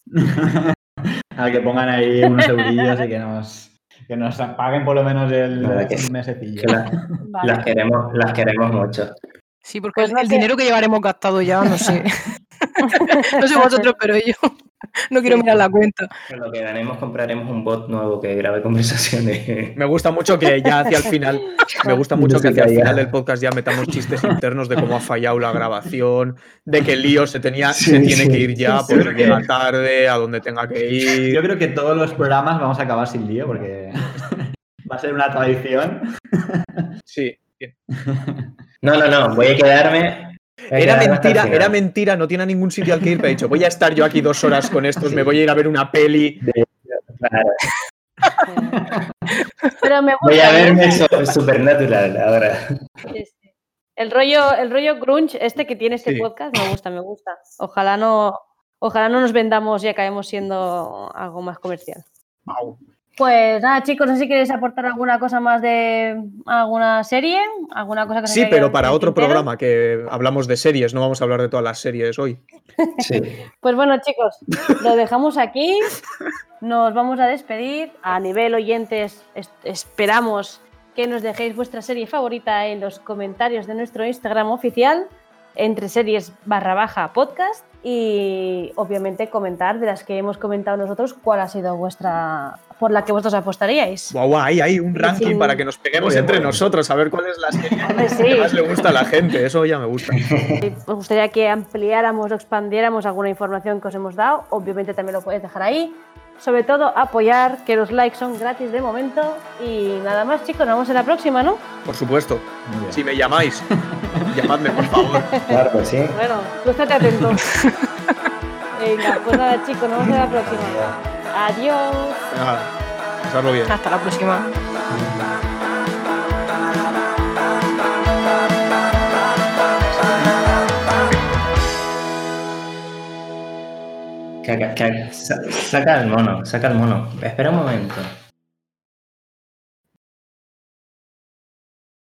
A que pongan ahí unos eurillos y que nos, que nos paguen por lo menos el Nada, que- mesecillo. Que la- Vale. las, queremos, las queremos mucho. Sí, porque Pues el, no el sé. dinero que llevaremos gastado ya, no sé. No sé vosotros, pero yo no quiero mirar la cuenta. Con lo que ganemos compraremos un bot nuevo que grabe conversaciones. Me gusta mucho que ya hacia el final, me gusta mucho que hacia el final del podcast ya metamos chistes internos de cómo ha fallado la grabación, de que Lío se tenía, Sí, se tiene sí. que ir ya Sí, porque sí. llega tarde, a donde tenga que ir. Yo creo que todos los programas vamos a acabar sin lío porque va a ser una tradición. Sí. No, no, no, voy a quedarme. voy a Era quedarme hasta el mentira, final. era mentira, no tiene ningún sitio al que ir. Me he dicho, voy a estar yo aquí dos horas con estos, me voy a ir a ver una peli. Claro. Pero me gusta. Voy a me verme gusta. so- Supernatural ahora. Sí, sí. El rollo, el rollo grunge este que tiene este Sí. podcast me gusta, me gusta. Ojalá no, ojalá no nos vendamos y acabemos siendo algo más comercial. Au. Pues nada, chicos, no sé si queréis aportar alguna cosa más de alguna serie, alguna cosa que se Sí, haya pero quedado para en el otro tintero. programa que hablamos de series, no vamos a hablar de todas las series hoy. Sí. Pues bueno, chicos, lo dejamos aquí. Nos vamos a despedir. A nivel oyentes, es- esperamos que nos dejéis vuestra serie favorita en los comentarios de nuestro Instagram oficial, entre series barra baja podcast, y obviamente comentar de las que hemos comentado nosotros cuál ha sido vuestra, por la que vosotros apostaríais. Guau, guau, ahí hay un ranking Sí. para que nos peguemos Muy bien, entre muy bien. nosotros, a ver cuál es la serie Hombre, sí. que más le gusta a la gente. Eso ya me gusta. Si os gustaría que ampliáramos o expandiéramos alguna información que os hemos dado, obviamente también lo podéis dejar ahí. Sobre todo, apoyar, que los likes son gratis de momento. Y nada más, chicos, nos vemos en la próxima, ¿no? Por supuesto. Muy bien. Si me llamáis, llamadme, por favor. Claro, pues sí. Bueno, tú estate atento. Venga, pues nada, chicos, nos vemos en la próxima. Adiós. Venga, pasadlo bien. Hasta la próxima. Caca- caca- sa- Saca el mono, saca el mono. Espera un momento.